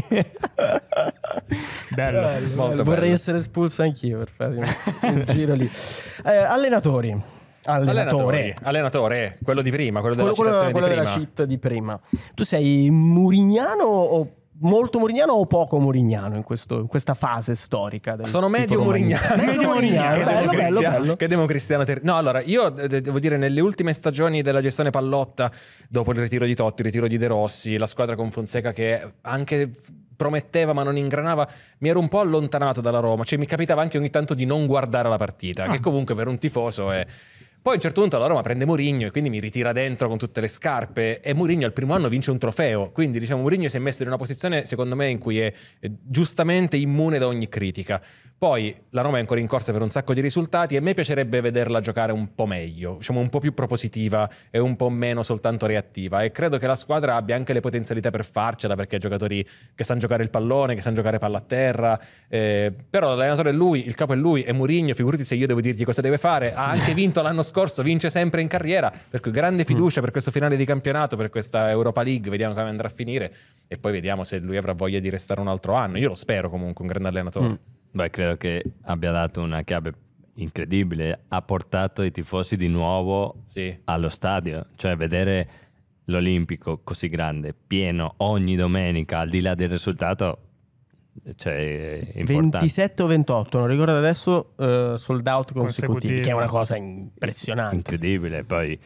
Bello. Molto Vorrei bello. essere espulso anch'io per fare un giro lì. Allenatori. Allenatore, quello di prima, quello della Quello citazione di della prima. cheat di prima. Tu sei murignano o molto murignano o poco murignano in questa fase storica? Sono medio tifo romanista? murignano. Medio murignano, bello. Che democristiano. No, allora, io devo dire, nelle ultime stagioni della gestione Pallotta, dopo il ritiro di Totti, il ritiro di De Rossi, la squadra con Fonseca che anche prometteva ma non ingranava, mi ero un po' allontanato dalla Roma. Cioè mi capitava anche ogni tanto di non guardare la partita, che comunque per un tifoso è... Poi a un certo punto la Roma prende Mourinho e quindi mi ritira dentro con tutte le scarpe, e Mourinho al primo anno vince un trofeo, quindi diciamo Mourinho si è messo in una posizione secondo me in cui è giustamente immune da ogni critica. Poi la Roma è ancora in corsa per un sacco di risultati e a me piacerebbe vederla giocare un po' meglio, diciamo un po' più propositiva e un po' meno soltanto reattiva, e credo che la squadra abbia anche le potenzialità per farcela, perché ha giocatori che sanno giocare il pallone, che sanno giocare palla a terra, però l'allenatore è lui, il capo è lui, è Mourinho, figurati se io devo dirgli cosa deve fare. Ha anche vinto l'anno scorso, vince sempre in carriera, per cui grande fiducia per questo finale di campionato, per questa Europa League, vediamo come andrà a finire e poi vediamo se lui avrà voglia di restare un altro anno. Io lo spero comunque, un grande allenatore. Beh, credo che abbia dato una chiave incredibile, ha portato i tifosi di nuovo allo stadio, cioè vedere l'Olimpico così grande, pieno ogni domenica, al di là del risultato, cioè è importante. 27 o 28, non ricordo adesso, sold out consecutivi, Consecutivi. che è una cosa impressionante. Incredibile. Poi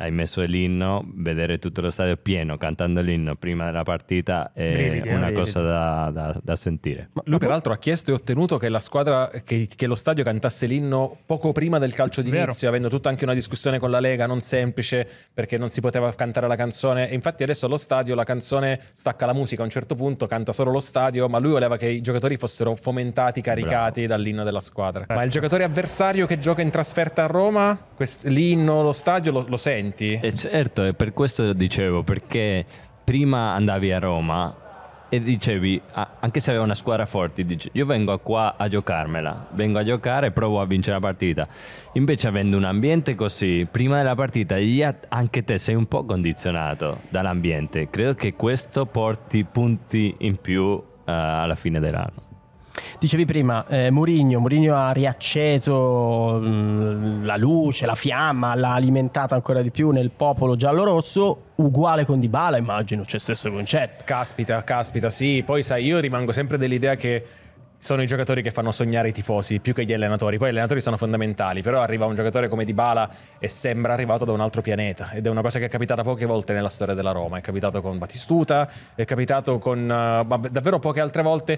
hai messo l'inno, vedere tutto lo stadio pieno cantando l'inno prima della partita è Brividi, una brividi. cosa da sentire. Lui peraltro ha chiesto e ottenuto che la squadra, che lo stadio cantasse l'inno poco prima del calcio d'inizio, avendo tutta anche una discussione con la Lega non semplice, perché non si poteva cantare la canzone, e infatti adesso allo stadio la canzone stacca la musica a un certo punto, canta solo lo stadio, ma lui voleva che i giocatori fossero fomentati, caricati dall'inno della squadra. Ma il giocatore avversario che gioca in trasferta a Roma, l'inno, lo stadio lo senti? E certo, e per questo dicevo, perché prima andavi a Roma e dicevi, anche se aveva una squadra forte, dici, io vengo qua a giocarmela, vengo a giocare e provo a vincere la partita. Invece avendo un ambiente così, prima della partita, anche te sei un po' condizionato dall'ambiente. Credo che questo porti punti in più alla fine dell'anno. Dicevi prima, Mourinho ha riacceso la luce, la fiamma, l'ha alimentata ancora di più nel popolo giallorosso, uguale con Dybala, immagino, c'è stesso concetto. Caspita, sì. Poi sai, io rimango sempre dell'idea che sono i giocatori che fanno sognare i tifosi più che gli allenatori. Poi gli allenatori sono fondamentali, però arriva un giocatore come Dybala e sembra arrivato da un altro pianeta, ed è una cosa che è capitata poche volte nella storia della Roma. È capitato con Batistuta, è capitato con davvero poche altre volte.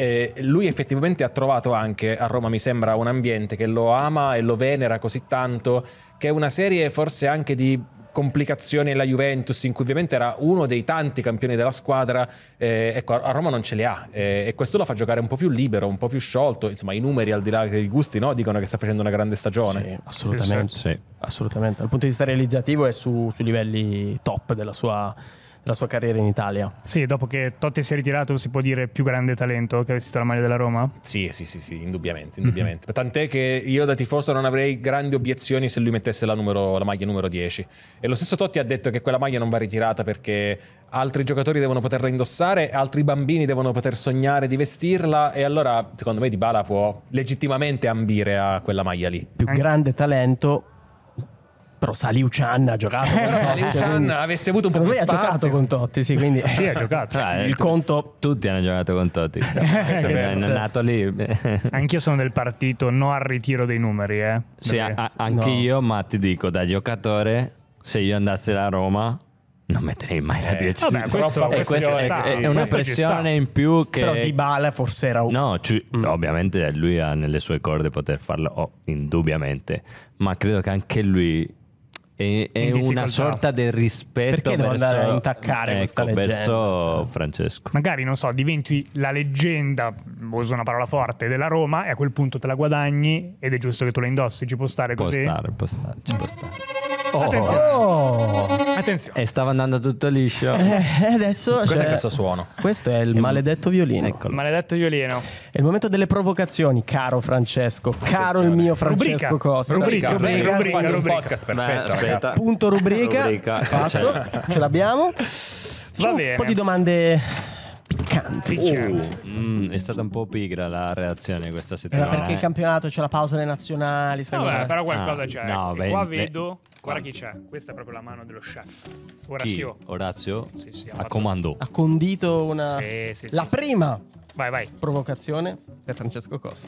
Lui effettivamente ha trovato anche a Roma, mi sembra, un ambiente che lo ama e lo venera così tanto, che è una serie forse anche di complicazioni alla Juventus, in cui ovviamente era uno dei tanti campioni della squadra, ecco, a Roma non ce li ha, e questo lo fa giocare un po' più libero, un po' più sciolto. Insomma, i numeri, al di là dei gusti, no, dicono che sta facendo una grande stagione. Sì, assolutamente. Sì. Assolutamente. Dal punto di vista realizzativo è su livelli top della sua carriera in Italia. Sì, dopo che Totti si è ritirato, si può dire più grande talento che ha vestito la maglia della Roma? Sì, indubbiamente. Tant'è che io da tifoso non avrei grandi obiezioni se lui mettesse la maglia numero 10. E lo stesso Totti ha detto che quella maglia non va ritirata perché altri giocatori devono poterla indossare, altri bambini devono poter sognare di vestirla, e allora secondo me Dybala può legittimamente ambire a quella maglia lì. Più grande talento, però Saliu Chan ha giocato con Totti. Saliu Chan avesse avuto un po' più Lui ha spazio. giocato con Totti, sì, quindi Sì, ha giocato. il conto. Tutti hanno giocato con Totti. È nato lì. Anch'io sono del partito no al ritiro dei numeri, Sì, Perché- anche No. io, ma ti dico, da giocatore, se io andassi a Roma non metterei mai la 10. Vabbè, questo Troppa E questa pressione. è una Questo ci sta. pressione in più che... Però Dybala forse era un... No, ovviamente lui ha nelle sue corde poter farlo, indubbiamente, ma credo che anche lui è In una difficoltà. sorta del rispetto Perché devo verso, andare a intaccare questa leggenda? verso Cioè. Francesco. Magari, non so, diventi la leggenda, uso una parola forte, della Roma, e a quel punto te la guadagni ed è giusto che tu la indossi, ci può stare Può così? stare, ci può stare. Attenzione, Oh! attenzione. E stava andando tutto liscio. Adesso Cos'è c'è- questo suono? Questo è il maledetto violino. Eccolo. Maledetto violino. È il momento delle provocazioni, caro Francesco, caro il mio Francesco Rubrica. Costa. Rubrica. Fai un rubrica. podcast Beh, perfetto, aspetta. ragazzi. Punto rubrica. Rubrica. Fatto. Ce l'abbiamo. Facciamo bene. un po' di domande piccanti. È stata un po' pigra la reazione questa Ma settimana. perché il campionato c'è la pausa alle nazionali, sai Vabbè, cos'è? però qualcosa c'è. no, E qua beh, vedo, guarda chi c'è. Questa è proprio la mano dello chef. Orazio. Orazio? Sì, sì, ha A fatto- comando. Ha condito una... Sì. la prima Vai. provocazione per Francesco Costa.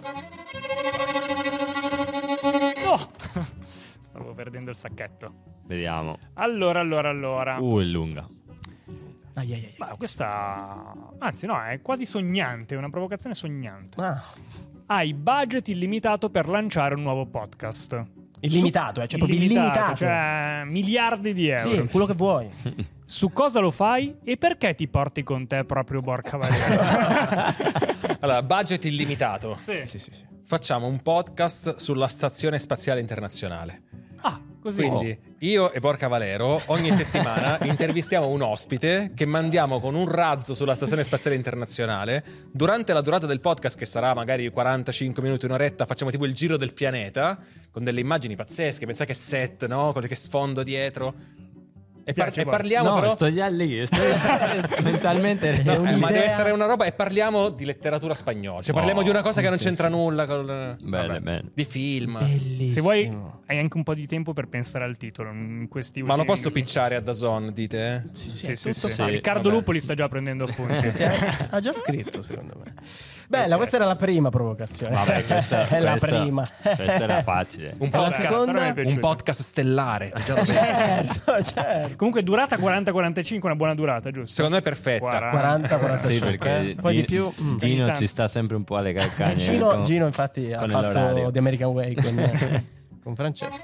No! Stavo perdendo il sacchetto. Vediamo. Allora. È lunga. Ai, ai, ai. Ma questa... Anzi, no, è quasi sognante, una provocazione sognante. Ah, Hai budget illimitato per lanciare un nuovo podcast. illimitato, cioè proprio illimitato. Cioè miliardi di euro. sì, quello che vuoi. Su cosa lo fai e perché ti porti con te proprio Borca Valera? Allora, budget illimitato. Sì. Facciamo un podcast sulla Stazione Spaziale Internazionale. Ah, così. Quindi io e Borca Valero ogni settimana intervistiamo un ospite che mandiamo con un razzo sulla Stazione Spaziale Internazionale. Durante la durata del podcast, che sarà magari 45 minuti, un'oretta, facciamo tipo il giro del pianeta con delle immagini pazzesche. Pensate che set, no? Con che sfondo dietro. E Piace, parliamo No, però... sto già lì, mentalmente. No, ma deve essere una roba, e parliamo di letteratura spagnola. Cioè parliamo di una cosa che non c'entra nulla con... Bene. Di film. Bellissimo. Se vuoi, hai anche un po' di tempo per pensare al titolo in questi Ma lo ultimi posso minuti. picciare a DAZN, dite? Sì, Sì, è sì, tutto sì. fatto. Riccardo Vabbè. Lupoli sta già prendendo appunti. Sì, ha già scritto, secondo me. Bella, questa era la prima provocazione. Vabbè, questa è la questa- prima. Questa era facile. Un La podcast, seconda? però mi è piaciuto. un podcast stellare. Già lo so. certo. Comunque durata 40-45, una buona durata, giusto? Secondo me è perfetta. 40-45. Sì, perché Poi di più. Gino Ogni tanto. ci sta sempre un po' alle calcagne. Gino infatti ha con fatto l'orario. The American Way con Francesco.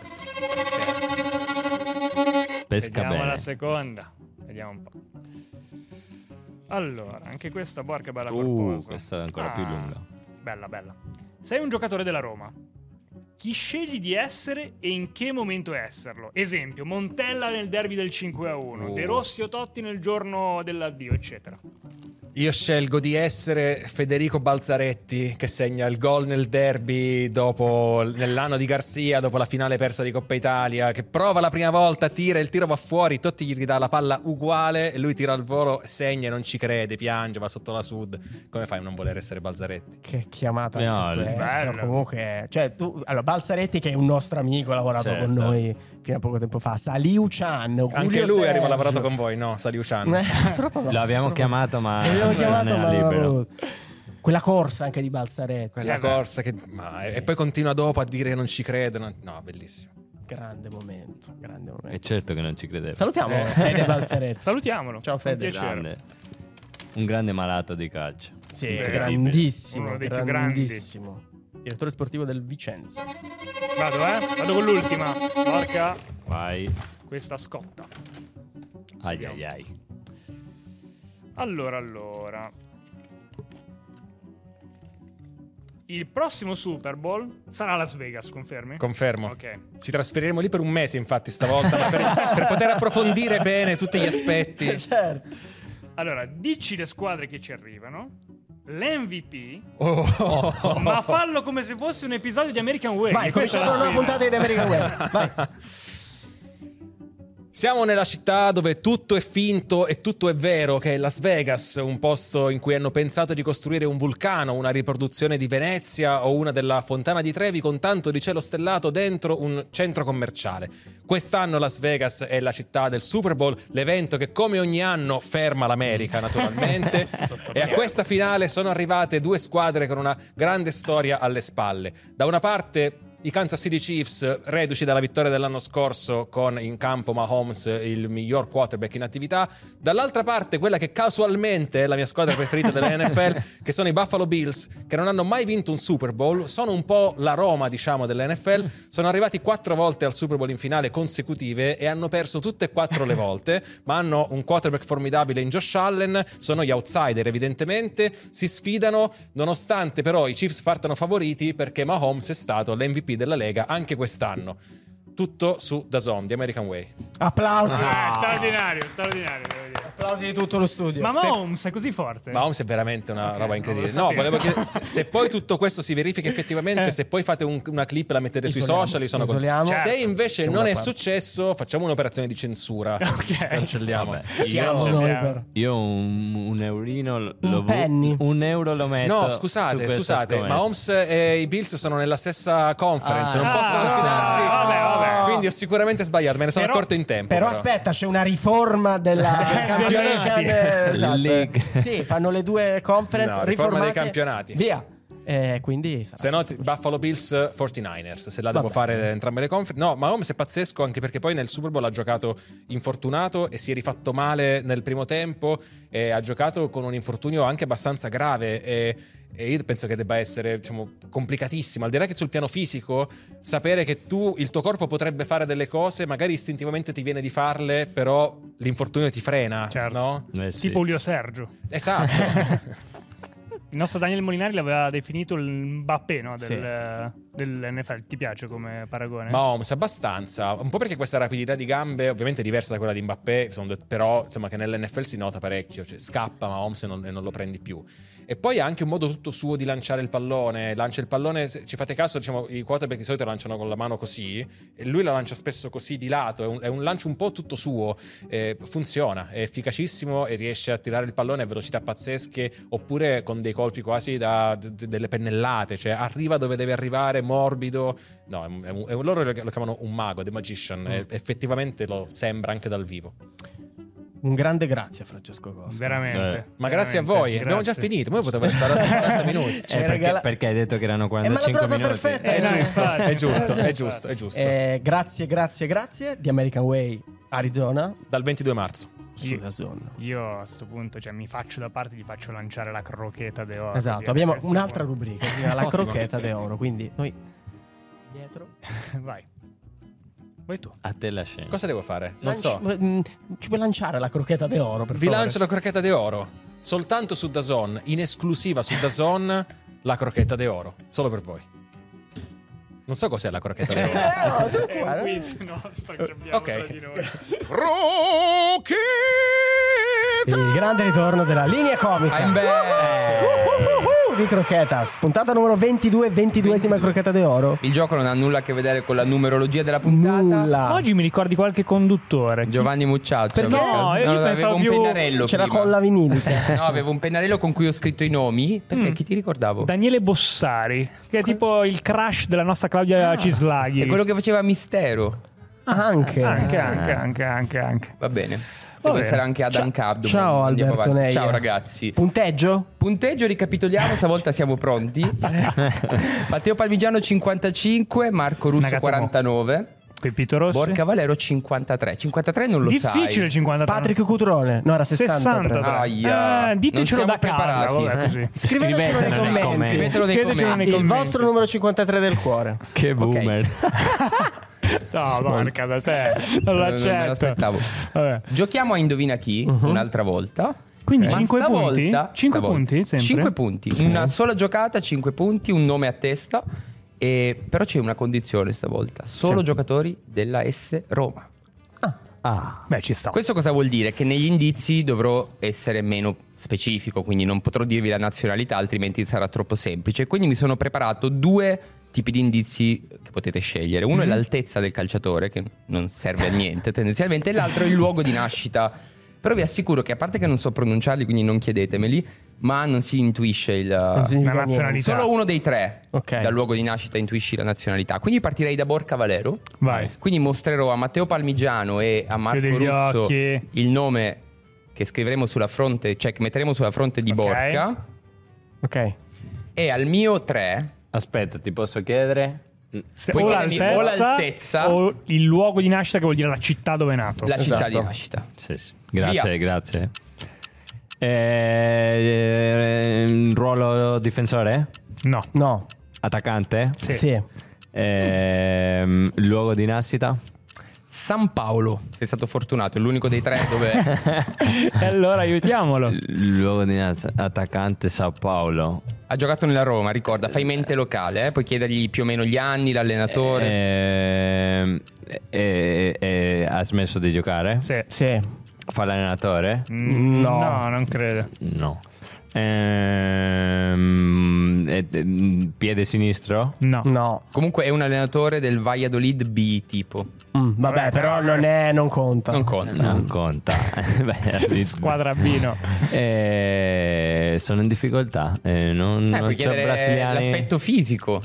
Pesca Vediamo bene. la seconda. Vediamo un po'. Allora, anche questa, porca bella corposa. Questa è ancora più lunga. Bella, bella. Sei un giocatore della Roma. Chi scegli di essere e in che momento esserlo? Esempio, Montella nel derby del 5-1, De Rossi o Totti nel giorno dell'addio, eccetera. Io scelgo di essere Federico Balzaretti, che segna il gol nel derby nell'anno di Garcia, dopo la finale persa di Coppa Italia, che prova la prima volta, tira, il tiro va fuori, Totti gli dà la palla uguale e lui tira al volo, segna e non ci crede, piange, va sotto la sud. Come fai a non voler essere Balzaretti? Che chiamata No, anche questa, bello. comunque, cioè allora Balzaretti, che è un nostro amico, ha lavorato Certo. con noi fino a poco tempo fa. Saliu Chan, Julio Anche lui Sergio. ha lavorato con voi, no? Saliu Chan. Purtroppo no, L'abbiamo purtroppo chiamato, ma l'abbiamo chiamato, non ma era non libero. voluto. Quella corsa anche di Balzaretti, Quella corsa che... e poi continua dopo a dire che non ci credono. No, bellissimo. grande momento, grande E momento. certo che non ci credevo. Salutiamo Fede Balzaretti. Salutiamolo. Ciao, Fede. Un piacere. Grande. Un grande malato di calcio. Sì, Incredibile. grandissimo, Uno dei più grandissimo. Direttore sportivo del Vicenza. Vado, Vado con l'ultima. Porca. Vai. Questa scotta. Ai ai ai. Allora. Il prossimo Super Bowl sarà a Las Vegas, confermi? Confermo. Ok. Ci trasferiremo lì per un mese, infatti, stavolta, ma per poter approfondire bene tutti gli aspetti. Certo. Allora, dici le squadre che ci arrivano, l'MVP, Oh. ma fallo come se fosse un episodio di American Way. Vai, Questa è cominciamo la una sfida. puntata di American Way. Vai. Siamo nella città dove tutto è finto e tutto è vero, che è Las Vegas, un posto in cui hanno pensato di costruire un vulcano, una riproduzione di Venezia o una della Fontana di Trevi con tanto di cielo stellato dentro un centro commerciale. Quest'anno Las Vegas è la città del Super Bowl, l'evento che come ogni anno ferma l'America naturalmente, e a questa finale sono arrivate due squadre con una grande storia alle spalle. Da una parte i Kansas City Chiefs, reduci dalla vittoria dell'anno scorso con in campo Mahomes, il miglior quarterback in attività. Dall'altra parte quella che casualmente è la mia squadra preferita della NFL, che sono i Buffalo Bills, che non hanno mai vinto un Super Bowl, sono un po' la Roma, diciamo, dell'NFL. Sono arrivati 4 volte al Super Bowl in finale consecutive e hanno perso tutte e 4 le volte, ma hanno un quarterback formidabile in Josh Allen, sono gli outsider evidentemente, si sfidano, nonostante però i Chiefs partano favoriti perché Mahomes è stato l'MVP della Lega anche quest'anno. Tutto su DAZN, The American Way. Applausi. Straordinario, devo dire. Applausi di tutto lo studio. Ma Mahomes è così forte? Mahomes è veramente una roba incredibile. non lo No, volevo chiedere se poi tutto questo si verifica effettivamente, se poi fate una clip e la mettete sui Isoliamo, social, io sono isoliamo. contento. Se invece Facciamo non è una parte. successo, facciamo un'operazione di censura. Cancelliamo. Vabbè, Siamo io, noi per... io un eurino Un penny. un euro lo metto. No, su scusate, questa scommessa. Mahomes e i Bills sono nella stessa conference, non Ah, possono no. sfidarsi. Vabbè. Quindi ho sicuramente sbagliato, me ne sono Però- accorto in tempo. Però aspetta, c'è una riforma del campionati. esatto. League. Sì, fanno le due conference No, riforma dei riformate. campionati. Via. Quindi sarà. Se no, Buffalo Bills 49ers, se la devo Vabbè. fare entrambe le conference. No, Mahomes è pazzesco anche perché poi nel Super Bowl ha giocato infortunato e si è rifatto male nel primo tempo e ha giocato con un infortunio anche abbastanza grave e io penso che debba essere, diciamo, complicatissimo. Al di là che sul piano fisico, sapere che il tuo corpo potrebbe fare delle cose, magari istintivamente ti viene di farle, però l'infortunio ti frena, Certo. no? Sì. Tipo Julio Sergio. Esatto. Il nostro Daniel Molinari l'aveva definito il Mbappé, no? Sì. del dell'NFL. Ti piace come paragone? Mahomes abbastanza, un po' perché questa rapidità di gambe ovviamente è diversa da quella di Mbappé, però insomma che nell'NFL si nota parecchio, cioè scappa Mahomes e non lo prendi più. E poi ha anche un modo tutto suo di lanciare il pallone, lancia il pallone, se ci fate caso, diciamo, i quarterback di solito lanciano con la mano così e lui la lancia spesso così di lato, è un lancio un po' tutto suo, funziona, è efficacissimo e riesce a tirare il pallone a velocità pazzesche, oppure con dei colpi quasi delle pennellate, cioè arriva dove deve arrivare, morbido. No, loro lo chiamano un mago, The Magician, effettivamente lo sembra anche dal vivo. Un grande grazie a Francesco Costa. Veramente. Ma grazie a voi, abbiamo già finito, noi potevo restare 40 minuti. Perché hai detto che erano 45 ma la minuti? perfetta, È giusto. Grazie di American Way Arizona Dal 22 marzo. su DAZN. Io a sto punto, cioè, mi faccio da parte, gli faccio lanciare la crocheta de oro. Esatto, abbiamo un'altra rubrica, si chiama la crocheta de oro, quindi noi dietro. Vai. Vai tu. A te la scena. Cosa devo fare? Non so. Ci puoi lanciare la crocheta de oro, per Vi favore? lancio la crocheta de oro. Soltanto su DAZN, in esclusiva su DAZN, la crocheta de oro. Solo per voi. Non so cos'è la crocheta de oro. È un quiz nostro che abbiamo Ok. tra di noi. Il grande ritorno della linea comica. Di Croquetas, puntata numero 22esima crocheta de oro. Il gioco non ha nulla a che vedere con la numerologia della puntata. Nulla. Oggi mi ricordi qualche conduttore. Giovanni Mucciaccio. Perché? No, io avevo pensavo un più- pennarello C'era prima. con la vinilica. No, avevo un pennarello con cui ho scritto i nomi. Perché chi ti ricordavo? Daniele Bossari, che è tipo il crush della nostra Claudia Cislaghi. È quello che faceva Mistero. Anche. Anche. Va bene. Devo bene. essere anche Adam Cab. Ciao Andiamo Alberto avanti. Neia. Ciao ragazzi. Punteggio? Punteggio, ricapitoliamo, stavolta siamo pronti. Matteo Palmigiano 55, Marco Russo Nagatomo. 49, Pepito Rossi. Borca Valero 53. 53 non lo sai. Difficile il 53. Patrick Cutrone. No, era 63. 63. Aia. Ditecelo Non da siamo casa, preparati. vabbè, così. Scrivetelo nei commenti. Scrivetelo nei Scrivetelo commenti. nei Il commenti. vostro numero 53 del cuore. Che boomer. No, Marca, da te. Non Non me l'accetto. l'aspettavo. Vabbè. Giochiamo a Indovina chi un'altra volta. Quindi Ma 5 punti? stavolta- 5 stavolta- punti sempre? 5 punti. Una sola giocata, 5 punti, un nome a testa. Però c'è una condizione stavolta. Solo giocatori della S Roma. Beh, ci sta. Questo cosa vuol dire? Che negli indizi dovrò essere meno specifico, quindi non potrò dirvi la nazionalità, altrimenti sarà troppo semplice. Quindi mi sono preparato 2 tipi di indizi che potete scegliere. Uno è l'altezza del calciatore, che non serve a niente tendenzialmente, e l'altro è il luogo di nascita. Però vi assicuro che, a parte che non so pronunciarli, quindi non chiedetemeli, ma non si intuisce Non significa La nazionalità. niente. Solo uno dei 3 Ok. dal luogo di nascita intuisci la nazionalità. Quindi partirei da Borca Valero. Vai. Quindi mostrerò a Matteo Palmigiano e a Marco Chiudi gli Russo occhi. il nome che scriveremo sulla fronte, cioè che metteremo sulla fronte di Ok. Borca. Ok. E al mio 3 Aspetta, ti posso chiedere? Puoi O chiedermi l'altezza o o il luogo di nascita, che vuol dire la città dove è nato. la città Esatto. di nascita. Sì. Grazie, Via. grazie. Ruolo difensore? No. No. Attaccante? Sì. Luogo di nascita? San Paolo, sei stato fortunato, è l'unico dei 3 dove E allora aiutiamolo. Luogo di nascita, attaccante Sao Paolo. ha giocato nella Roma, ricorda, fai mente locale, puoi chiedergli più o meno gli anni, l'allenatore. Ha smesso di giocare? Sì. Sì. Fa l'allenatore? No, non credo. No. Piede sinistro? No. No. Comunque è un allenatore del Valladolid B tipo. Vabbè, però non conta. Non conta. Non conta. Beh, Squadra B, no. sono in difficoltà. Non Puoi c'ho chiedere brasiliani. l'aspetto fisico.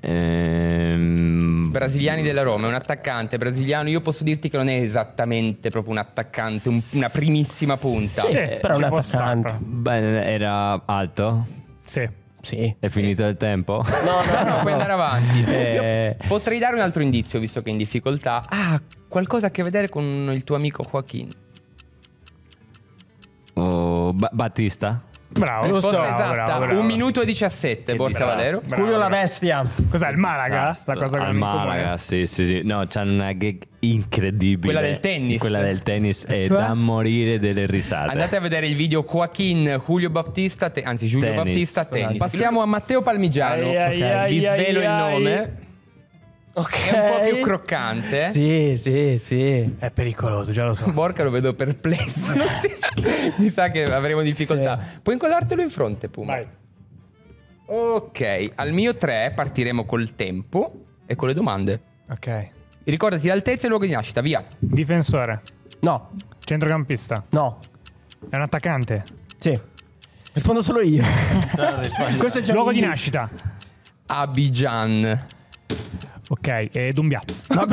Brasiliani della Roma, è un attaccante brasiliano. Io posso dirti che non è esattamente proprio un attaccante, una primissima punta. Sì, però ci è un può attaccante. stare. Beh, era alto? Sì. Sì. È finito il tempo? No, puoi andare avanti. Eh. Io potrei dare un altro indizio, visto che è in difficoltà. Qualcosa a che vedere con il tuo amico Joaquin. Battista? Bravo. Risposta Bravo, esatta, bravo. 1 minuto e 17, Borca Valero. Bravo, Julio la bravo. bestia. Cos'è, il Malaga? Disastro. Sta cosa Al con il Malaga, comune? sì. No, c'hanno una gag incredibile. Quella del tennis. Quella del tennis è da morire delle risate. Andate a vedere il video Joaquin, Julio Battista, Giulio Tennis. Battista, tennis. Passiamo a Matteo Palmigiano. Vi svelo il nome. Ok. È un po' più croccante. Sì. È pericoloso, già lo so. Borca lo vedo perplesso. Mi sa che avremo difficoltà. Puoi incollartelo in fronte, Puma. Vai. Ok, al mio 3 partiremo col tempo e con le domande. Ok. Ricordati l'altezza e il luogo di nascita, via. Difensore. No. Centrocampista. No. È un attaccante. Sì. Rispondo solo io. Questo è già Luogo un di indizio. nascita. Abidjan. Ok, e Dumbia. Non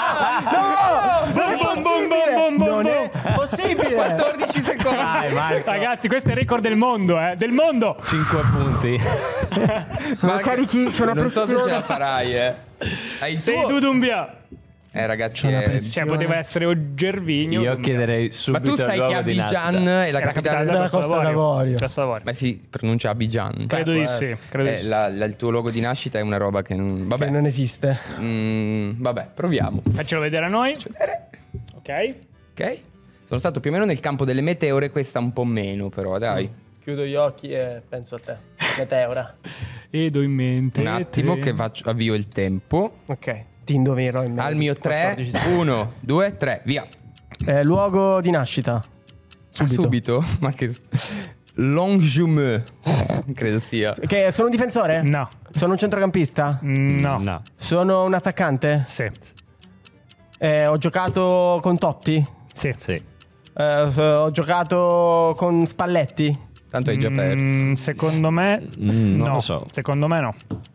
è possibile! Non è possibile! 14 secondi. Dai, Marco. Ragazzi, questo è il record del mondo, Del mondo! 5 punti. Sono Marco, carichi, c'è una non so se ce la pressione. farai, Hai il Sei tuo? tu, Dumbia. Ragazzi, C'è una è- pressione. Cioè, poteva essere o Gervinho. Io Dumbia. chiederei ma subito tu sai il che luogo di Abidjan nascita. è la capitale della Costa d'Avorio. Costa d'Avorio. Ma si pronuncia Abidjan. Credo può di sì. essere. Credo di sì. Il tuo luogo di nascita è una roba che non... Vabbè, Che non esiste. vabbè, proviamo. Faccelo vedere a noi. Ok. Ok? Sono stato più o meno nel campo delle meteore, questa un po' meno però, dai. Chiudo gli occhi e penso a te. Meteora. Ed ho in mente. Un attimo te. che avvio il tempo. Ok. Ti indovinerò in Al mio 3, 14 secondi. 1, 2, 3, via. Luogo di nascita. Subito? Ma che... Longjumeau, credo sia. Che sono un difensore? No. Sono un centrocampista? No. No. Sono un attaccante? Sì. Ho giocato con Totti? Sì. Sì. Ho giocato con Spalletti? Tanto hai già perso. Secondo me. Non no. lo so. Secondo me no.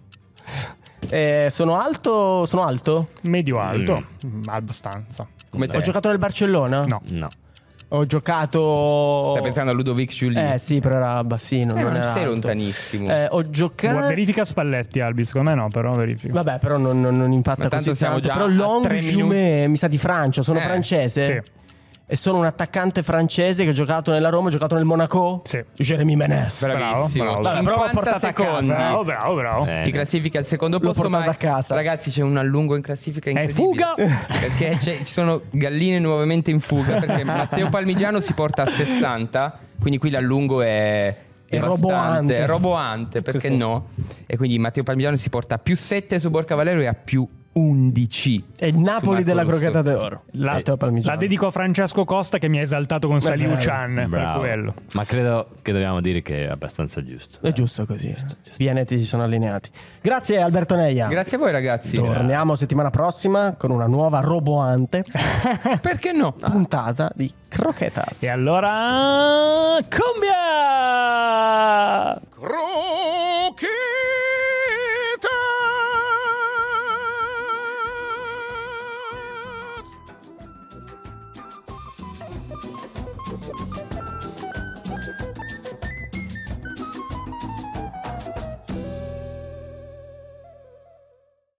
Sono alto? Sono alto? Medio alto. Abbastanza. Come te? Ho giocato nel Barcellona? No. No. Ho giocato... Stai pensando a Ludovic Giuliani? Sì, però era bassino. non era sei alto. lontanissimo. Ho giocato... Verifica Spalletti, Albi. Secondo me no, però verifica. Vabbè, però non impatta Ma tanto così siamo tanto. già Però a 3 Longjumeau mi sa di Francia. Sono francese? Sì. E sono un attaccante francese che ha giocato nella Roma, ha giocato nel Monaco? Sì. Jérémy Menez. Bravissimo. bravo. Vabbè, però l'ho 50 portata a casa, secondi. Bravo. Ti classifichi al secondo L'ho posto, ma portata a casa. ragazzi c'è un allungo in classifica incredibile. fuga! Perché ci sono galline nuovamente in fuga, perché Matteo Palmigiano si porta a 60, quindi qui l'allungo è devastante, roboante. è roboante, perché Sì. no? E quindi Matteo Palmigiano si porta a più 7 su Borca Valero e a più 11. È il Napoli su della Marco Russo. crocheta d'oro. Matteo Palmigiano. La dedico a Francesco Costa che mi ha esaltato con Saliu Chan per Bravo. quello. Ma credo che dobbiamo dire che è abbastanza giusto. È giusto così. Pianeti si sono allineati. Grazie Alberto Neia. Grazie a voi ragazzi. Torniamo settimana prossima con una nuova roboante Perché no? puntata di Croquetas. E allora cumbia! Croquet!